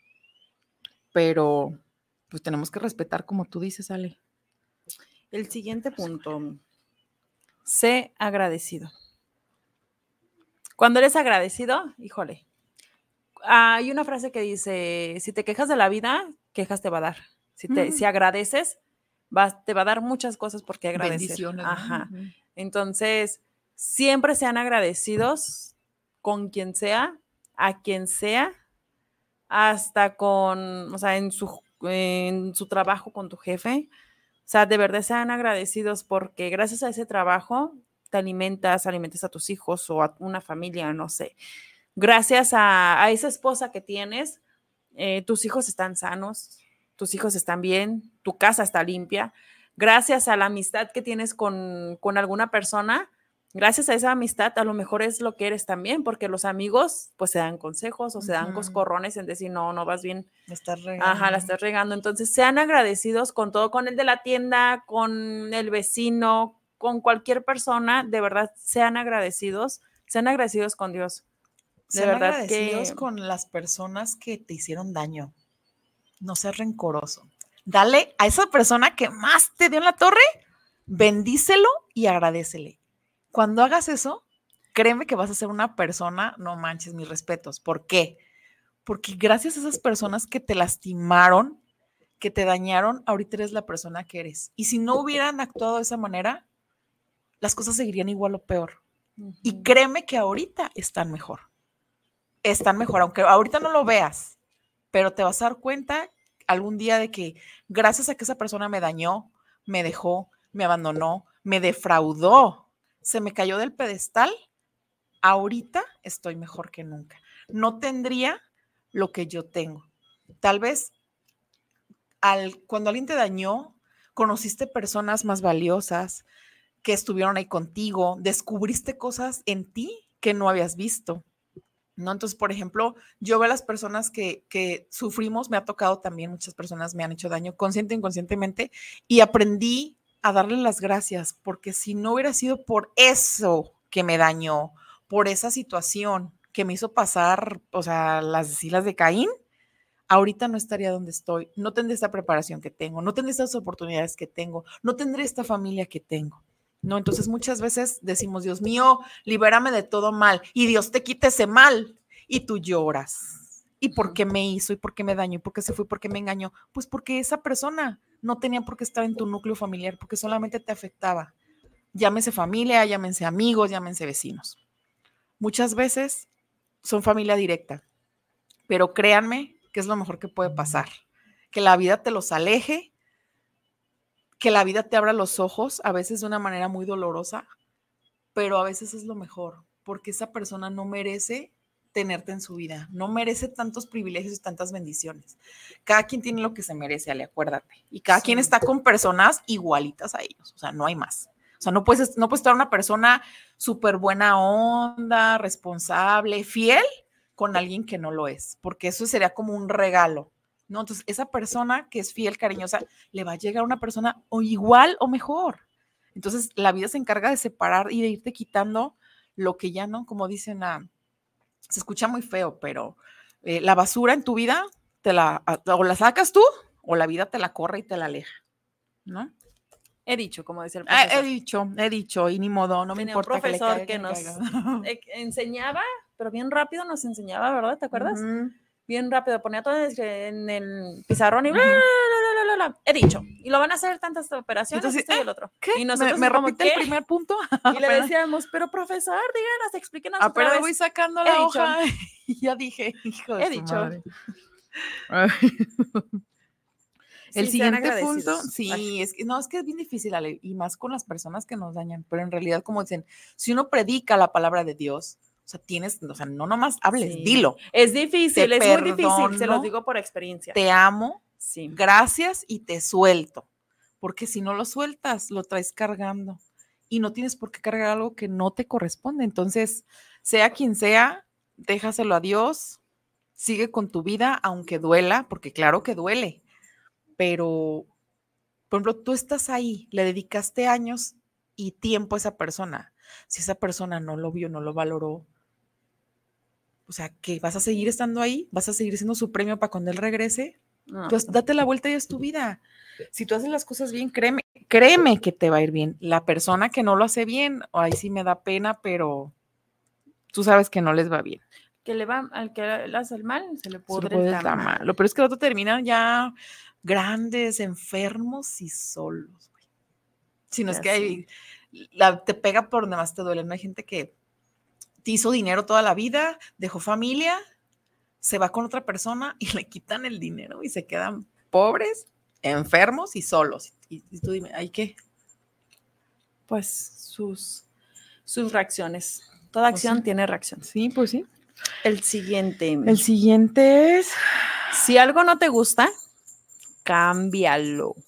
Pero pues tenemos que respetar, como tú dices, Ale. El siguiente punto, sé agradecido. Cuando eres agradecido, híjole, hay una frase que dice, si te quejas de la vida, quejas te va a dar. Si, te, mm. si agradeces, va, te va a dar muchas cosas porque agradecer. Bendiciones. Ajá. ¿No? Entonces, siempre sean agradecidos con quien sea, a quien sea, hasta con, o sea, en su, en su trabajo con tu jefe. O sea, de verdad sean agradecidos porque gracias a ese trabajo te alimentas, alimentas a tus hijos o a una familia, no sé. Gracias a, a esa esposa que tienes, eh, tus hijos están sanos, tus hijos están bien, tu casa está limpia. Gracias a la amistad que tienes con, con alguna persona, gracias a esa amistad a lo mejor es lo que eres también, porque los amigos pues se dan consejos o uh-huh. se dan coscorrones en decir, no, no vas bien. La estás regando. Ajá, la estás regando. Entonces sean agradecidos con todo, con el de la tienda, con el vecino, con cualquier persona, de verdad, sean agradecidos, sean agradecidos con Dios. De sean verdad agradecidos que... con las personas que te hicieron daño. No seas rencoroso. Dale a esa persona que más te dio en la torre, bendícelo y agradécele. Cuando hagas eso, créeme que vas a ser una persona, no manches, mis respetos. ¿Por qué? Porque gracias a esas personas que te lastimaron, que te dañaron, ahorita eres la persona que eres. Y si no hubieran actuado de esa manera, las cosas seguirían igual o peor. Uh-huh. Y créeme que ahorita están mejor. Están mejor, aunque ahorita no lo veas, pero te vas a dar cuenta algún día de que gracias a que esa persona me dañó, me dejó, me abandonó, me defraudó, se me cayó del pedestal, ahorita estoy mejor que nunca. No tendría lo que yo tengo. Tal vez al, cuando alguien te dañó, conociste personas más valiosas que estuvieron ahí contigo, descubriste cosas en ti que no habías visto, ¿no? Entonces, por ejemplo, yo veo a las personas que, que sufrimos, me ha tocado también, muchas personas me han hecho daño consciente e inconscientemente, y aprendí a darle las gracias, porque si no hubiera sido por eso que me dañó, por esa situación que me hizo pasar, o sea, las islas de Caín, ahorita no estaría donde estoy, no tendré esta preparación que tengo, no tendré estas oportunidades que tengo, no tendré esta familia que tengo. ¿no? Entonces muchas veces decimos, Dios mío, libérame de todo mal, y Dios te quite ese mal, y tú lloras. ¿Y por qué me hizo? ¿Y por qué me dañó? ¿Y por qué se fue? ¿Y por qué me engañó? Pues porque esa persona no tenía por qué estar en tu núcleo familiar, porque solamente te afectaba. Llámese familia, llámense amigos, llámense vecinos. Muchas veces son familia directa, pero créanme que es lo mejor que puede pasar. Que la vida te los aleje, que la vida te abra los ojos, a veces de una manera muy dolorosa, pero a veces es lo mejor, porque esa persona no merece tenerte en su vida, no merece tantos privilegios y tantas bendiciones. Cada quien tiene lo que se merece, Ale, acuérdate. Y cada sí. quien está con personas igualitas a ellos, o sea, no hay más. O sea, no puedes, no puedes estar una persona súper buena onda, responsable, fiel, con alguien que no lo es, porque eso sería como un regalo, ¿no? Entonces, esa persona que es fiel, cariñosa, le va a llegar a una persona o igual o mejor. Entonces, la vida se encarga de separar y de irte quitando lo que ya no, como dicen, a, se escucha muy feo, pero eh, la basura en tu vida, te la, o la sacas tú, o la vida te la corre y te la aleja, ¿no? He dicho, como decía el profesor. Ah, he dicho, he dicho, y ni modo, no me Tenía importa un profesor que, que, le caiga, que nos que enseñaba, pero bien rápido nos enseñaba, ¿verdad? ¿Te acuerdas? Uh-huh. Bien rápido, ponía todo en el pizarrón y bla, bla, bla, bla, bla, bla. He dicho, y lo van a hacer tantas operaciones, entonces, esto y el otro. ¿Qué? Y nosotros ¿Me, me como, repite ¿qué? el primer punto? Y le decíamos, pero profesor, díganos, explíquenos otra Apenas vez. voy sacando He la dicho. hoja y ya dije, hijo de He su dicho. madre. El Sí, siguiente punto, sí, es que no, es que es bien difícil, Ale, y más con las personas que nos dañan, pero en realidad, como dicen, si uno predica la palabra de Dios, o sea, tienes, o sea, no nomás hables, sí. dilo. Es difícil, te es perdono, muy difícil, se los digo por experiencia. Te amo, sí. gracias y te suelto, porque si no lo sueltas, lo traes cargando y no tienes por qué cargar algo que no te corresponde. Entonces, sea quien sea, déjaselo a Dios, sigue con tu vida, aunque duela, porque claro que duele. Pero, por ejemplo, tú estás ahí, le dedicaste años y tiempo a esa persona. Si esa persona no lo vio, no lo valoró, o sea, ¿qué? ¿Vas a seguir estando ahí? ¿Vas a seguir siendo su premio para cuando él regrese? No. Pues date la vuelta y es tu vida. Si tú haces las cosas bien, créeme, créeme que te va a ir bien. La persona que no lo hace bien, ahí sí me da pena, pero tú sabes que no les va bien. Que le va, al que le hace el mal, se le pudre, se le puede el tamal. Lo peor es que el otro termina ya grandes, enfermos y solos. Güey. Si no ya es que hay, la, te pega por donde más te duele. No hay gente que te hizo dinero toda la vida, dejó familia, se va con otra persona y le quitan el dinero y se quedan pobres, enfermos y solos. Y, y tú dime, ¿hay qué? Pues sus, sus reacciones. Toda acción pues sí. tiene reacción. Sí, pues sí. El siguiente. El siguiente es... Si algo no te gusta, cámbialo.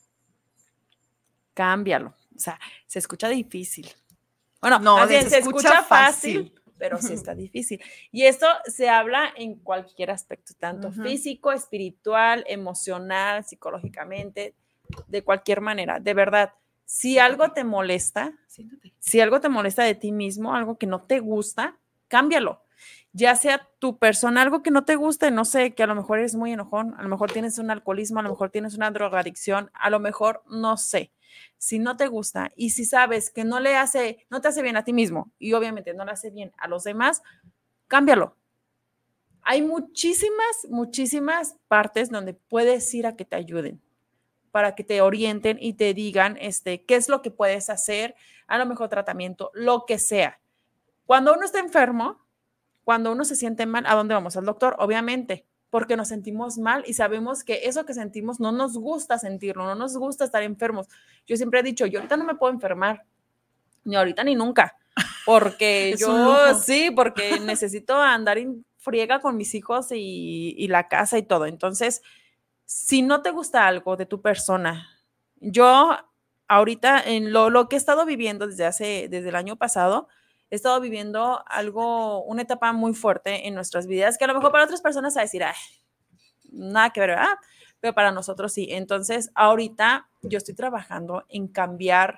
Cámbialo. O sea, se escucha difícil. Bueno, no, más bien, se, se escucha, escucha fácil, fácil, pero sí está difícil. Y esto se habla en cualquier aspecto, tanto uh-huh. físico, espiritual, emocional, psicológicamente, de cualquier manera. De verdad, si Siéntate. algo te molesta, Siéntate. si algo te molesta de ti mismo, algo que no te gusta, cámbialo. Ya sea tu persona, algo que no te guste, no sé, que a lo mejor eres muy enojón, a lo mejor tienes un alcoholismo, a lo mejor tienes una drogadicción, a lo mejor, no sé. Si no te gusta y si sabes que no le hace, no te hace bien a ti mismo y obviamente no le hace bien a los demás, cámbialo. Hay muchísimas, muchísimas partes donde puedes ir a que te ayuden, para que te orienten y te digan este, qué es lo que puedes hacer, a lo mejor tratamiento, lo que sea. Cuando uno está enfermo, cuando uno se siente mal, ¿a dónde vamos? Al doctor, obviamente, porque nos sentimos mal y sabemos que eso que sentimos no nos gusta sentirlo, no nos gusta estar enfermos. Yo siempre he dicho, yo ahorita no me puedo enfermar, ni ahorita ni nunca, porque yo sí, porque necesito andar en friega con mis hijos y, y la casa y todo. Entonces, si no te gusta algo de tu persona, yo ahorita en lo, lo que he estado viviendo desde hace, desde el año pasado, he estado viviendo algo, una etapa muy fuerte en nuestras vidas, que a lo mejor para otras personas va a decir, ay, nada que ver, ¿verdad? Pero para nosotros sí. Entonces, ahorita yo estoy trabajando en cambiar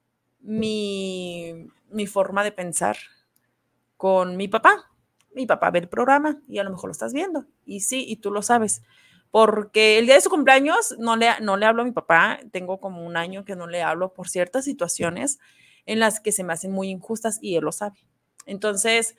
mi, mi forma de pensar con mi papá. Mi papá ve el programa y a lo mejor lo estás viendo. Y sí, y tú lo sabes. porque el día de su cumpleaños no le, no le hablo a mi papá, tengo como un año que no le hablo por ciertas situaciones en las que se me hacen muy injustas y él lo sabe. Entonces,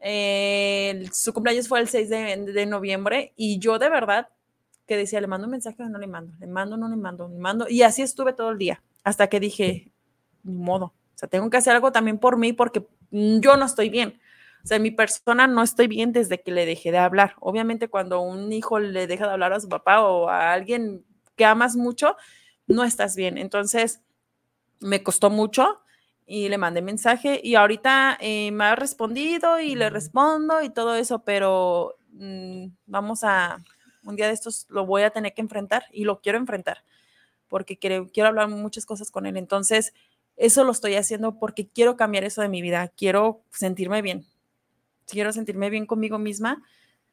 eh, su cumpleaños fue el seis de, de noviembre y yo de verdad que decía, le mando un mensaje o no le mando, le mando, no le mando, le mando, y así estuve todo el día, hasta que dije, ni modo, o sea, tengo que hacer algo también por mí porque yo no estoy bien. O sea, mi persona no estoy bien desde que le dejé de hablar. Obviamente cuando un hijo le deja de hablar a su papá o a alguien que amas mucho, no estás bien. Entonces, me costó mucho y le mandé mensaje y ahorita eh, me ha respondido y le respondo y todo eso, pero mmm, vamos a, un día de estos lo voy a tener que enfrentar y lo quiero enfrentar porque quiero, quiero hablar muchas cosas con él. Entonces, eso lo estoy haciendo porque quiero cambiar eso de mi vida, quiero sentirme bien. Quiero sentirme bien conmigo misma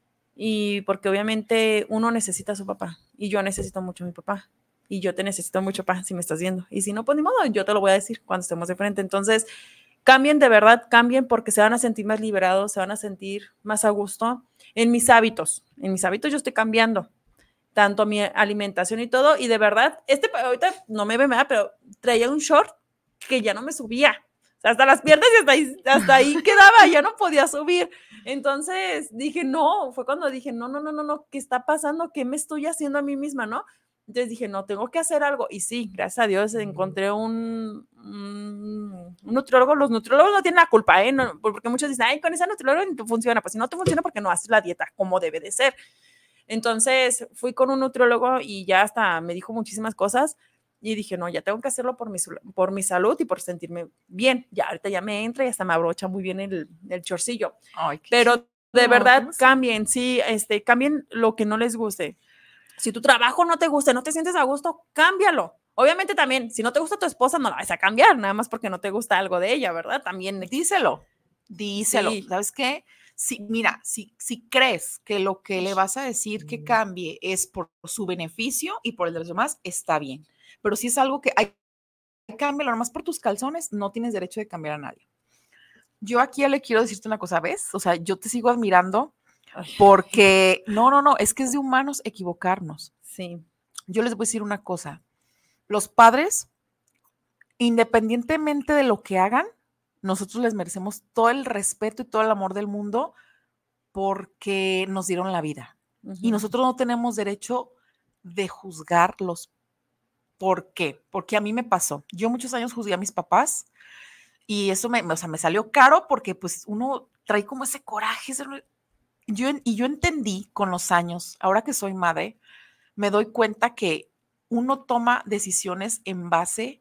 y porque obviamente uno necesita a su papá y yo necesito mucho a mi papá y yo te necesito mucho, papá, si me estás viendo. Y si no, pues ni modo, yo te lo voy a decir cuando estemos de frente. Entonces, cambien de verdad, cambien porque se van a sentir más liberados, se van a sentir más a gusto en mis hábitos. En mis hábitos yo estoy cambiando, tanto mi alimentación y todo. Y de verdad, este ahorita no me ve nada, pero traía un short que ya no me subía. O sea, hasta las piernas y hasta ahí, hasta ahí quedaba, ya no podía subir. Entonces dije, no, fue cuando dije, no, no, no, no, no, ¿qué está pasando? ¿Qué me estoy haciendo a mí misma, no? Entonces dije, no, tengo que hacer algo. Y sí, gracias a Dios encontré un, un, un nutriólogo. Los nutriólogos no tienen la culpa, ¿eh? No, porque muchos dicen, ay, con esa nutrióloga no te funciona. Pues si no te funciona porque no haces la dieta como debe de ser. Entonces fui con un nutriólogo y ya hasta me dijo muchísimas cosas. Y dije, no, ya tengo que hacerlo por mi, por mi salud y por sentirme bien. Ya ahorita ya me entra y hasta me abrocha muy bien el, el chorcillo. Ay, pero de no, verdad cambien, sí, este, cambien lo que no les guste. Si tu trabajo no te gusta, no te sientes a gusto, cámbialo. Obviamente también, si no te gusta tu esposa, no la vas a cambiar, nada más porque no te gusta algo de ella, ¿verdad? También díselo, díselo. Sí. ¿Sabes qué? Si, mira, si, si crees que lo que le vas a decir que cambie es por su beneficio y por el de los demás, está bien. Pero si es algo que hay que cambiarlo nomás por tus calzones, no tienes derecho de cambiar a nadie. Yo aquí ya le quiero decirte una cosa, ¿ves? O sea, yo te sigo admirando porque, no, no, no, es que es de humanos equivocarnos. Sí. Yo les voy a decir una cosa. Los padres, independientemente de lo que hagan, nosotros les merecemos todo el respeto y todo el amor del mundo porque nos dieron la vida. Uh-huh. Y nosotros no tenemos derecho de juzgarlos. ¿Por qué? Porque a mí me pasó. Yo muchos años juzgué a mis papás y eso me, o sea, me salió caro porque pues uno trae como ese coraje. Ese... Yo, y yo entendí con los años, ahora que soy madre, me doy cuenta que uno toma decisiones en base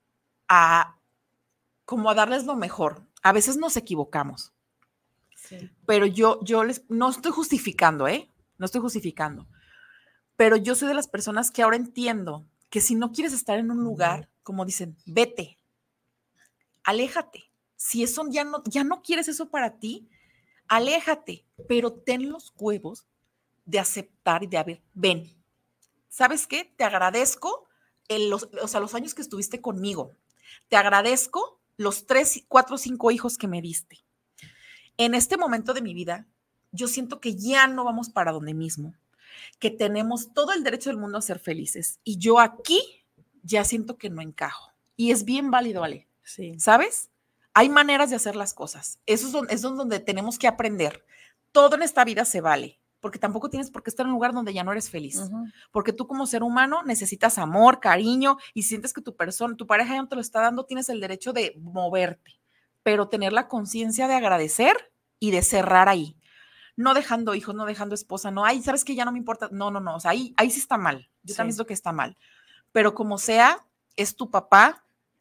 a como a darles lo mejor. A veces nos equivocamos. Sí. Pero yo, yo les, no estoy justificando, ¿eh? No estoy justificando. Pero yo soy de las personas que ahora entiendo que si no quieres estar en un lugar, como dicen, vete, aléjate. Si eso ya no, ya no quieres eso para ti, aléjate, pero ten los huevos de aceptar y de haber, ven, ¿sabes qué? Te agradezco el, los, o sea, los años que estuviste conmigo. Te agradezco los tres, cuatro, cinco hijos que me diste. En este momento de mi vida, yo siento que ya no vamos para donde mismo, que tenemos todo el derecho del mundo a ser felices. Y yo aquí ya siento que no encajo. Y es bien válido, Ale. Sí. ¿Sabes? Hay maneras de hacer las cosas. Eso es donde, eso es donde tenemos que aprender. Todo en esta vida se vale, porque tampoco tienes por qué estar en un lugar donde ya no eres feliz. Uh-huh. Porque tú como ser humano necesitas amor, cariño, y si sientes que tu persona, tu pareja ya no te lo está dando, tienes el derecho de moverte, pero tener la conciencia de agradecer y de cerrar ahí. No dejando hijos, no dejando esposa, no, ay, ¿sabes qué? Ya no me importa. No, no, no, o sea, ahí, ahí sí está mal. Yo sí. también siento que está mal. Pero como sea, es tu papá,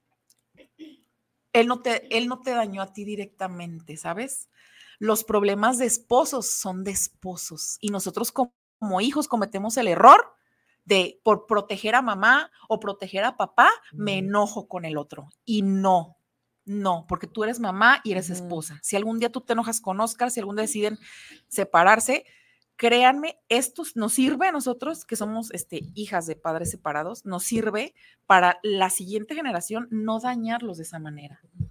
él no te, él no te dañó a ti directamente, ¿sabes? Los problemas de esposos son de esposos y nosotros como, como hijos cometemos el error de por proteger a mamá o proteger a papá, mm. me enojo con el otro. Y no, no, porque tú eres mamá y eres mm. esposa. Si algún día tú te enojas con Oscar, si algún día deciden separarse, créanme, esto nos sirve a nosotros, que somos este, hijas de padres separados, nos sirve para la siguiente generación no dañarlos de esa manera.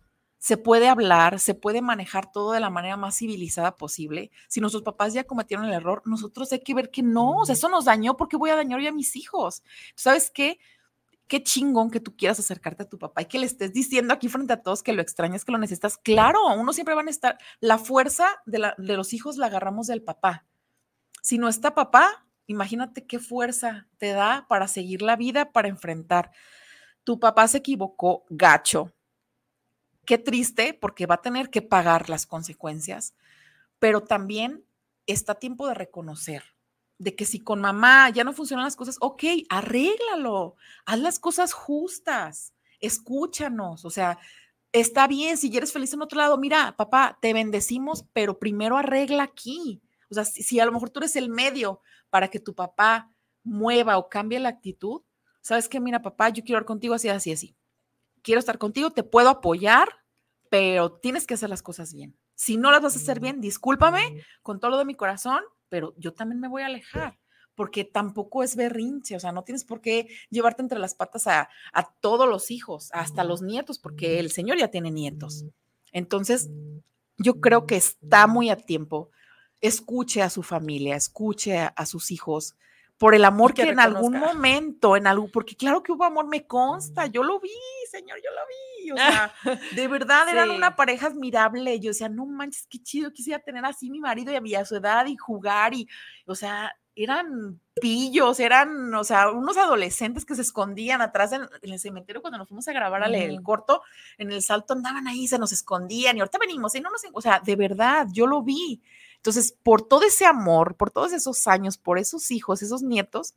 se puede hablar, se puede manejar todo de la manera más civilizada posible. Si nuestros papás ya cometieron el error, nosotros hay que ver que no, o sea, eso nos dañó, ¿por qué voy a dañar yo a mis hijos? ¿Sabes qué? Qué chingón que tú quieras acercarte a tu papá y que le estés diciendo aquí frente a todos que lo extrañas, que lo necesitas. Claro, uno siempre van a estar, la fuerza de, la, de los hijos la agarramos del papá. Si no está papá, imagínate qué fuerza te da para seguir la vida, para enfrentar. Tu papá se equivocó gacho. Qué triste, porque va a tener que pagar las consecuencias, pero también está tiempo de reconocer de que si con mamá ya no funcionan las cosas, ok, arréglalo, haz las cosas justas, escúchanos, o sea, está bien, si eres feliz en otro lado, mira, papá, te bendecimos, pero primero arregla aquí. O sea, si, si a lo mejor tú eres el medio para que tu papá mueva o cambie la actitud, ¿sabes qué? Mira, papá, yo quiero hablar contigo así, así, así. Quiero estar contigo, te puedo apoyar, pero tienes que hacer las cosas bien. Si no las vas a hacer bien, discúlpame con todo lo de mi corazón, pero yo también me voy a alejar, porque tampoco es berrinche, o sea, no tienes por qué llevarte entre las patas a, a todos los hijos, hasta los nietos, porque el señor ya tiene nietos. Entonces, yo creo que está muy a tiempo. Escuche a su familia, escuche a, a sus hijos, por el amor que, que en algún momento, en algo, porque claro que hubo amor, me consta, yo lo vi, señor, yo lo vi, o sea, de verdad sí. Eran una pareja admirable, yo decía, no manches, qué chido, quisiera tener así mi marido y a su edad y jugar y, o sea, eran pillos, eran, o sea, unos adolescentes que se escondían atrás en, en el cementerio cuando nos fuimos a grabar uh-huh. el corto, en el salto andaban ahí, se nos escondían y ahorita venimos y no nos, o sea, de verdad, yo lo vi. Entonces, por todo ese amor, por todos esos años, por esos hijos, esos nietos,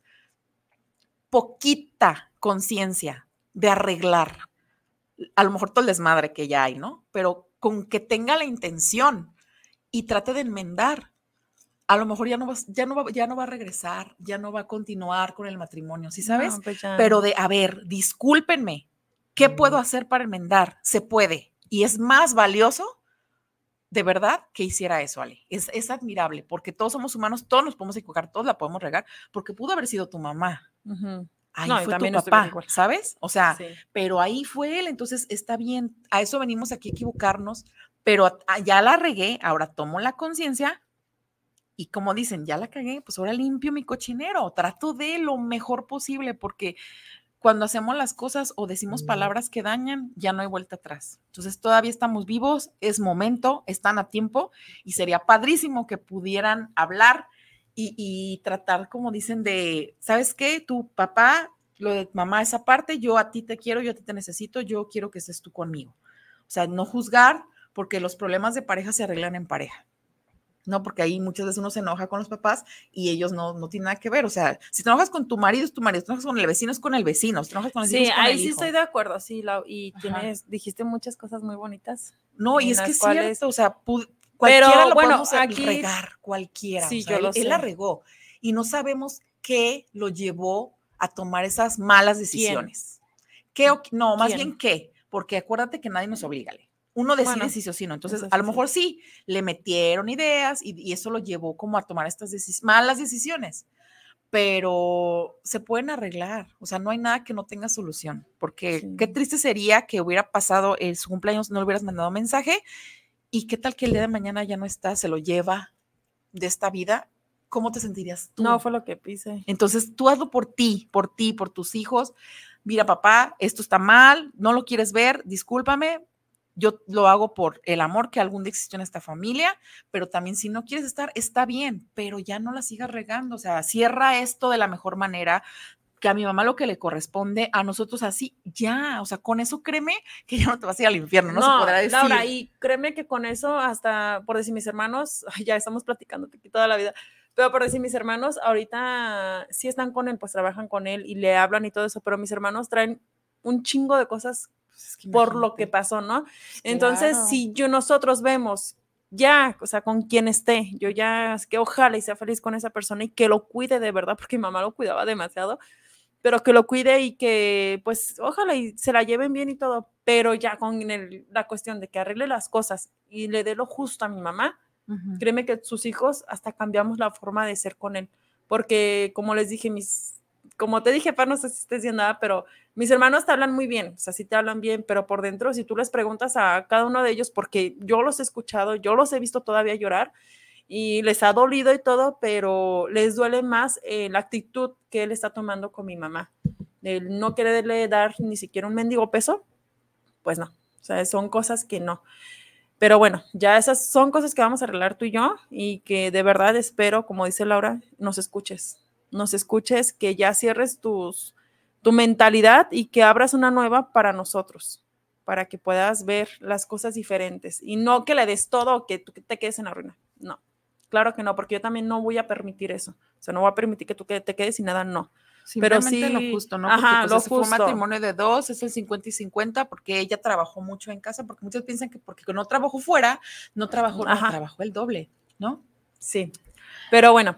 poquita conciencia de arreglar, a lo mejor todo el desmadre que ya hay, ¿no? Pero con que tenga la intención y trate de enmendar, a lo mejor ya no va, ya no va, ya no va a regresar, ya no va a continuar con el matrimonio, ¿sí sabes? No, pues pero de, a ver, discúlpenme, ¿qué puedo hacer para enmendar? Se puede, y es más valioso de verdad que hiciera eso, Ale. Es, es admirable, porque todos somos humanos, todos nos podemos equivocar, todos la podemos regar, porque pudo haber sido tu mamá. Uh-huh. Ahí no, fue tu papá, ¿sabes? O sea, sí. Pero ahí fue él, entonces está bien, a eso venimos aquí a equivocarnos, pero a, ya la regué, ahora tomo la conciencia y como dicen, ya la cagué, pues ahora limpio mi cochinero, trato de lo mejor posible, porque cuando hacemos las cosas o decimos palabras que dañan, ya no hay vuelta atrás. Entonces todavía estamos vivos, es momento, están a tiempo y sería padrísimo que pudieran hablar y, y tratar, como dicen, de, ¿sabes qué? Tu papá, lo de mamá, esa parte, yo a ti te quiero, yo a ti te necesito, yo quiero que estés tú conmigo. O sea, no juzgar, porque los problemas de pareja se arreglan en pareja. No, porque ahí muchas veces uno se enoja con los papás y ellos no, no tienen nada que ver. O sea, si te enojas con tu marido, es tu marido. Si te enojas con el vecino, es con el vecino. Si te enojas con el sí, vecino, es con ahí el sí hijo. estoy de acuerdo. Sí, la, y tienes, dijiste muchas cosas muy bonitas. No, y es que es cuales... cierto. O sea, pu- cualquiera Pero, lo bueno, podemos aquí... regar, cualquiera. Sí, o sea, yo él, lo sé. él la regó y no sabemos qué lo llevó a tomar esas malas decisiones. ¿Qué? ¿Qué? No, más ¿Quién? bien qué. Porque acuérdate que nadie nos obliga. Uno decide bueno, si sí o sí no. Entonces, a lo mejor sí, le metieron ideas y, y eso lo llevó como a tomar estas decis- malas decisiones. Pero se pueden arreglar. O sea, no hay nada que no tenga solución. Porque sí. Qué triste sería que hubiera pasado el, su cumpleaños, no le hubieras mandado mensaje. Y qué tal que el día de mañana ya no está, se lo lleva de esta vida. ¿Cómo te sentirías tú? No, fue lo que hice. Entonces, tú hazlo por ti, por ti, por tus hijos. Mira, papá, esto está mal, no lo quieres ver, discúlpame. Yo lo hago por el amor que algún día existió en esta familia, pero también si no quieres estar, está bien, pero ya no la sigas regando, o sea, cierra esto de la mejor manera, que a mi mamá lo que le corresponde, a nosotros así, ya, o sea, con eso créeme que ya no te vas a ir al infierno, no, no se podrá decir. Laura, y créeme que con eso hasta, por decir mis hermanos, ya estamos platicando aquí toda la vida, pero por decir mis hermanos, ahorita sí están con él, pues trabajan con él y le hablan y todo eso, pero mis hermanos traen un chingo de cosas es que por lo que pasó, ¿no? Claro. Entonces, si yo nosotros vemos ya, o sea, con quien esté, yo ya, que ojalá y sea feliz con esa persona y que lo cuide de verdad, porque mi mamá lo cuidaba demasiado, pero que lo cuide y que, pues, ojalá y se la lleven bien y todo, pero ya con el, la cuestión de que arregle las cosas y le dé lo justo a mi mamá, uh-huh. Créeme que sus hijos hasta cambiamos la forma de ser con él, porque como les dije, mis como te dije, pa, no sé si estés diciendo nada, pero mis hermanos te hablan muy bien, o sea, sí te hablan bien, pero por dentro, si tú les preguntas a cada uno de ellos, porque yo los he escuchado, yo los he visto todavía llorar, y les ha dolido y todo, pero les duele más eh, la actitud que él está tomando con mi mamá. El no quererle dar ni siquiera un mendigo peso, pues no. O sea, son cosas que no. Pero bueno, ya esas son cosas que vamos a arreglar tú y yo y que de verdad espero, como dice Laura, nos escuches. Nos escuches, que ya cierres tus, tu mentalidad y que abras una nueva para nosotros, para que puedas ver las cosas diferentes y no que le des todo o que tú te quedes en la ruina. No. Claro que no, porque yo también no voy a permitir eso. O sea, no voy a permitir que tú te quedes sin nada, no. Pero sí, lo justo, ¿no? Ajá, porque pues lo ese fue un justo. matrimonio de dos, es el cincuenta y cincuenta, porque ella trabajó mucho en casa, porque muchos piensan que porque no trabajó fuera, no trabajó, no, Ajá. trabajó el doble, ¿no? Sí. Pero bueno,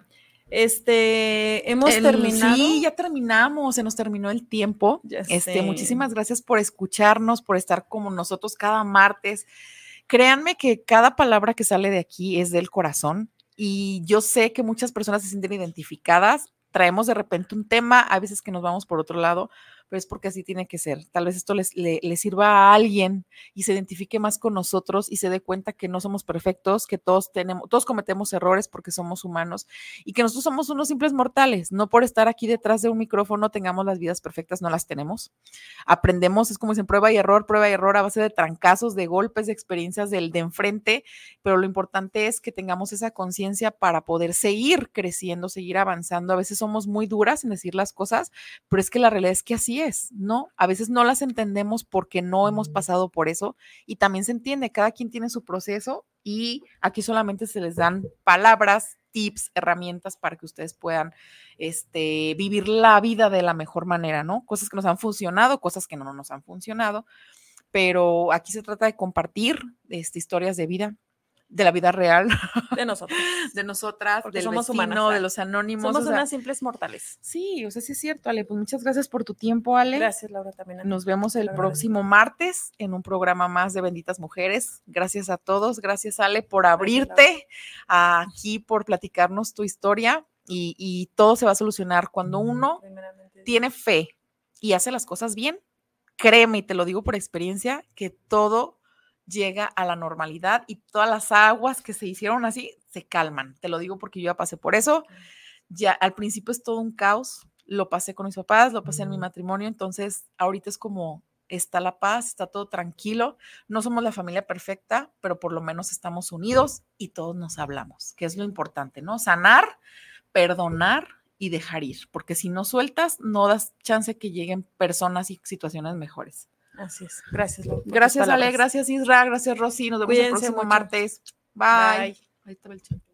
este, hemos El- terminado. Sí, ya terminamos, se nos terminó el tiempo. Ya Este, sé. muchísimas gracias por escucharnos, por estar como nosotros cada martes. Créanme que cada palabra que sale de aquí es del corazón y yo sé que muchas personas se sienten identificadas. Traemos de repente un tema, a veces que nos vamos por otro lado, pero es porque así tiene que ser. Tal vez esto les, le, le sirva a alguien y se identifique más con nosotros y se dé cuenta que no somos perfectos, que todos tenemos, todos cometemos errores porque somos humanos y que nosotros somos unos simples mortales. No por estar aquí detrás de un micrófono tengamos las vidas perfectas, no las tenemos. Aprendemos, es como dicen, prueba y error, prueba y error a base de trancazos, de golpes, de experiencias del de enfrente, pero lo importante es que tengamos esa conciencia para poder seguir creciendo, seguir avanzando. A veces somos muy duras en decir las cosas, pero es que la realidad es que así es, ¿no? A veces no las entendemos porque no hemos pasado por eso y también se entiende, cada quien tiene su proceso y aquí solamente se les dan palabras, tips, herramientas para que ustedes puedan este, vivir la vida de la mejor manera, ¿no? Cosas que nos han funcionado, cosas que no nos han funcionado, pero aquí se trata de compartir este, historias de vida, de la vida real, De nosotros. de nosotras, Porque del somos vecino, humanas, de los anónimos. Somos o sea, unas simples mortales. sí, o sea, sí es cierto, Ale. Pues muchas gracias por tu tiempo, Ale. Gracias, Laura, también. a ti. Nos vemos el Te lo próximo martes en un programa más de Benditas Mujeres. Gracias a todos. Gracias, Ale, por abrirte aquí, por platicarnos tu historia y, y todo se va a solucionar cuando uno Primeramente, tiene fe y hace las cosas bien. Créeme, y te lo digo por experiencia, que todo llega a la normalidad y todas las aguas que se hicieron así se calman. Te lo digo porque yo ya pasé por eso. Ya al principio es todo un caos. Lo pasé con mis papás, lo pasé en mi matrimonio, entonces ahorita es como está la paz, está todo tranquilo. No somos la familia perfecta, pero por lo menos estamos unidos y todos nos hablamos, que es lo importante, ¿no? Sanar, perdonar y dejar ir, porque si no sueltas, no das chance que lleguen personas y situaciones mejores. Así es. Gracias, Laura. Gracias, Ale, gracias, Isra, gracias, Rosy. Nos vemos Cuídense el próximo mucho. martes. Bye. Bye. Ahí estaba el chat.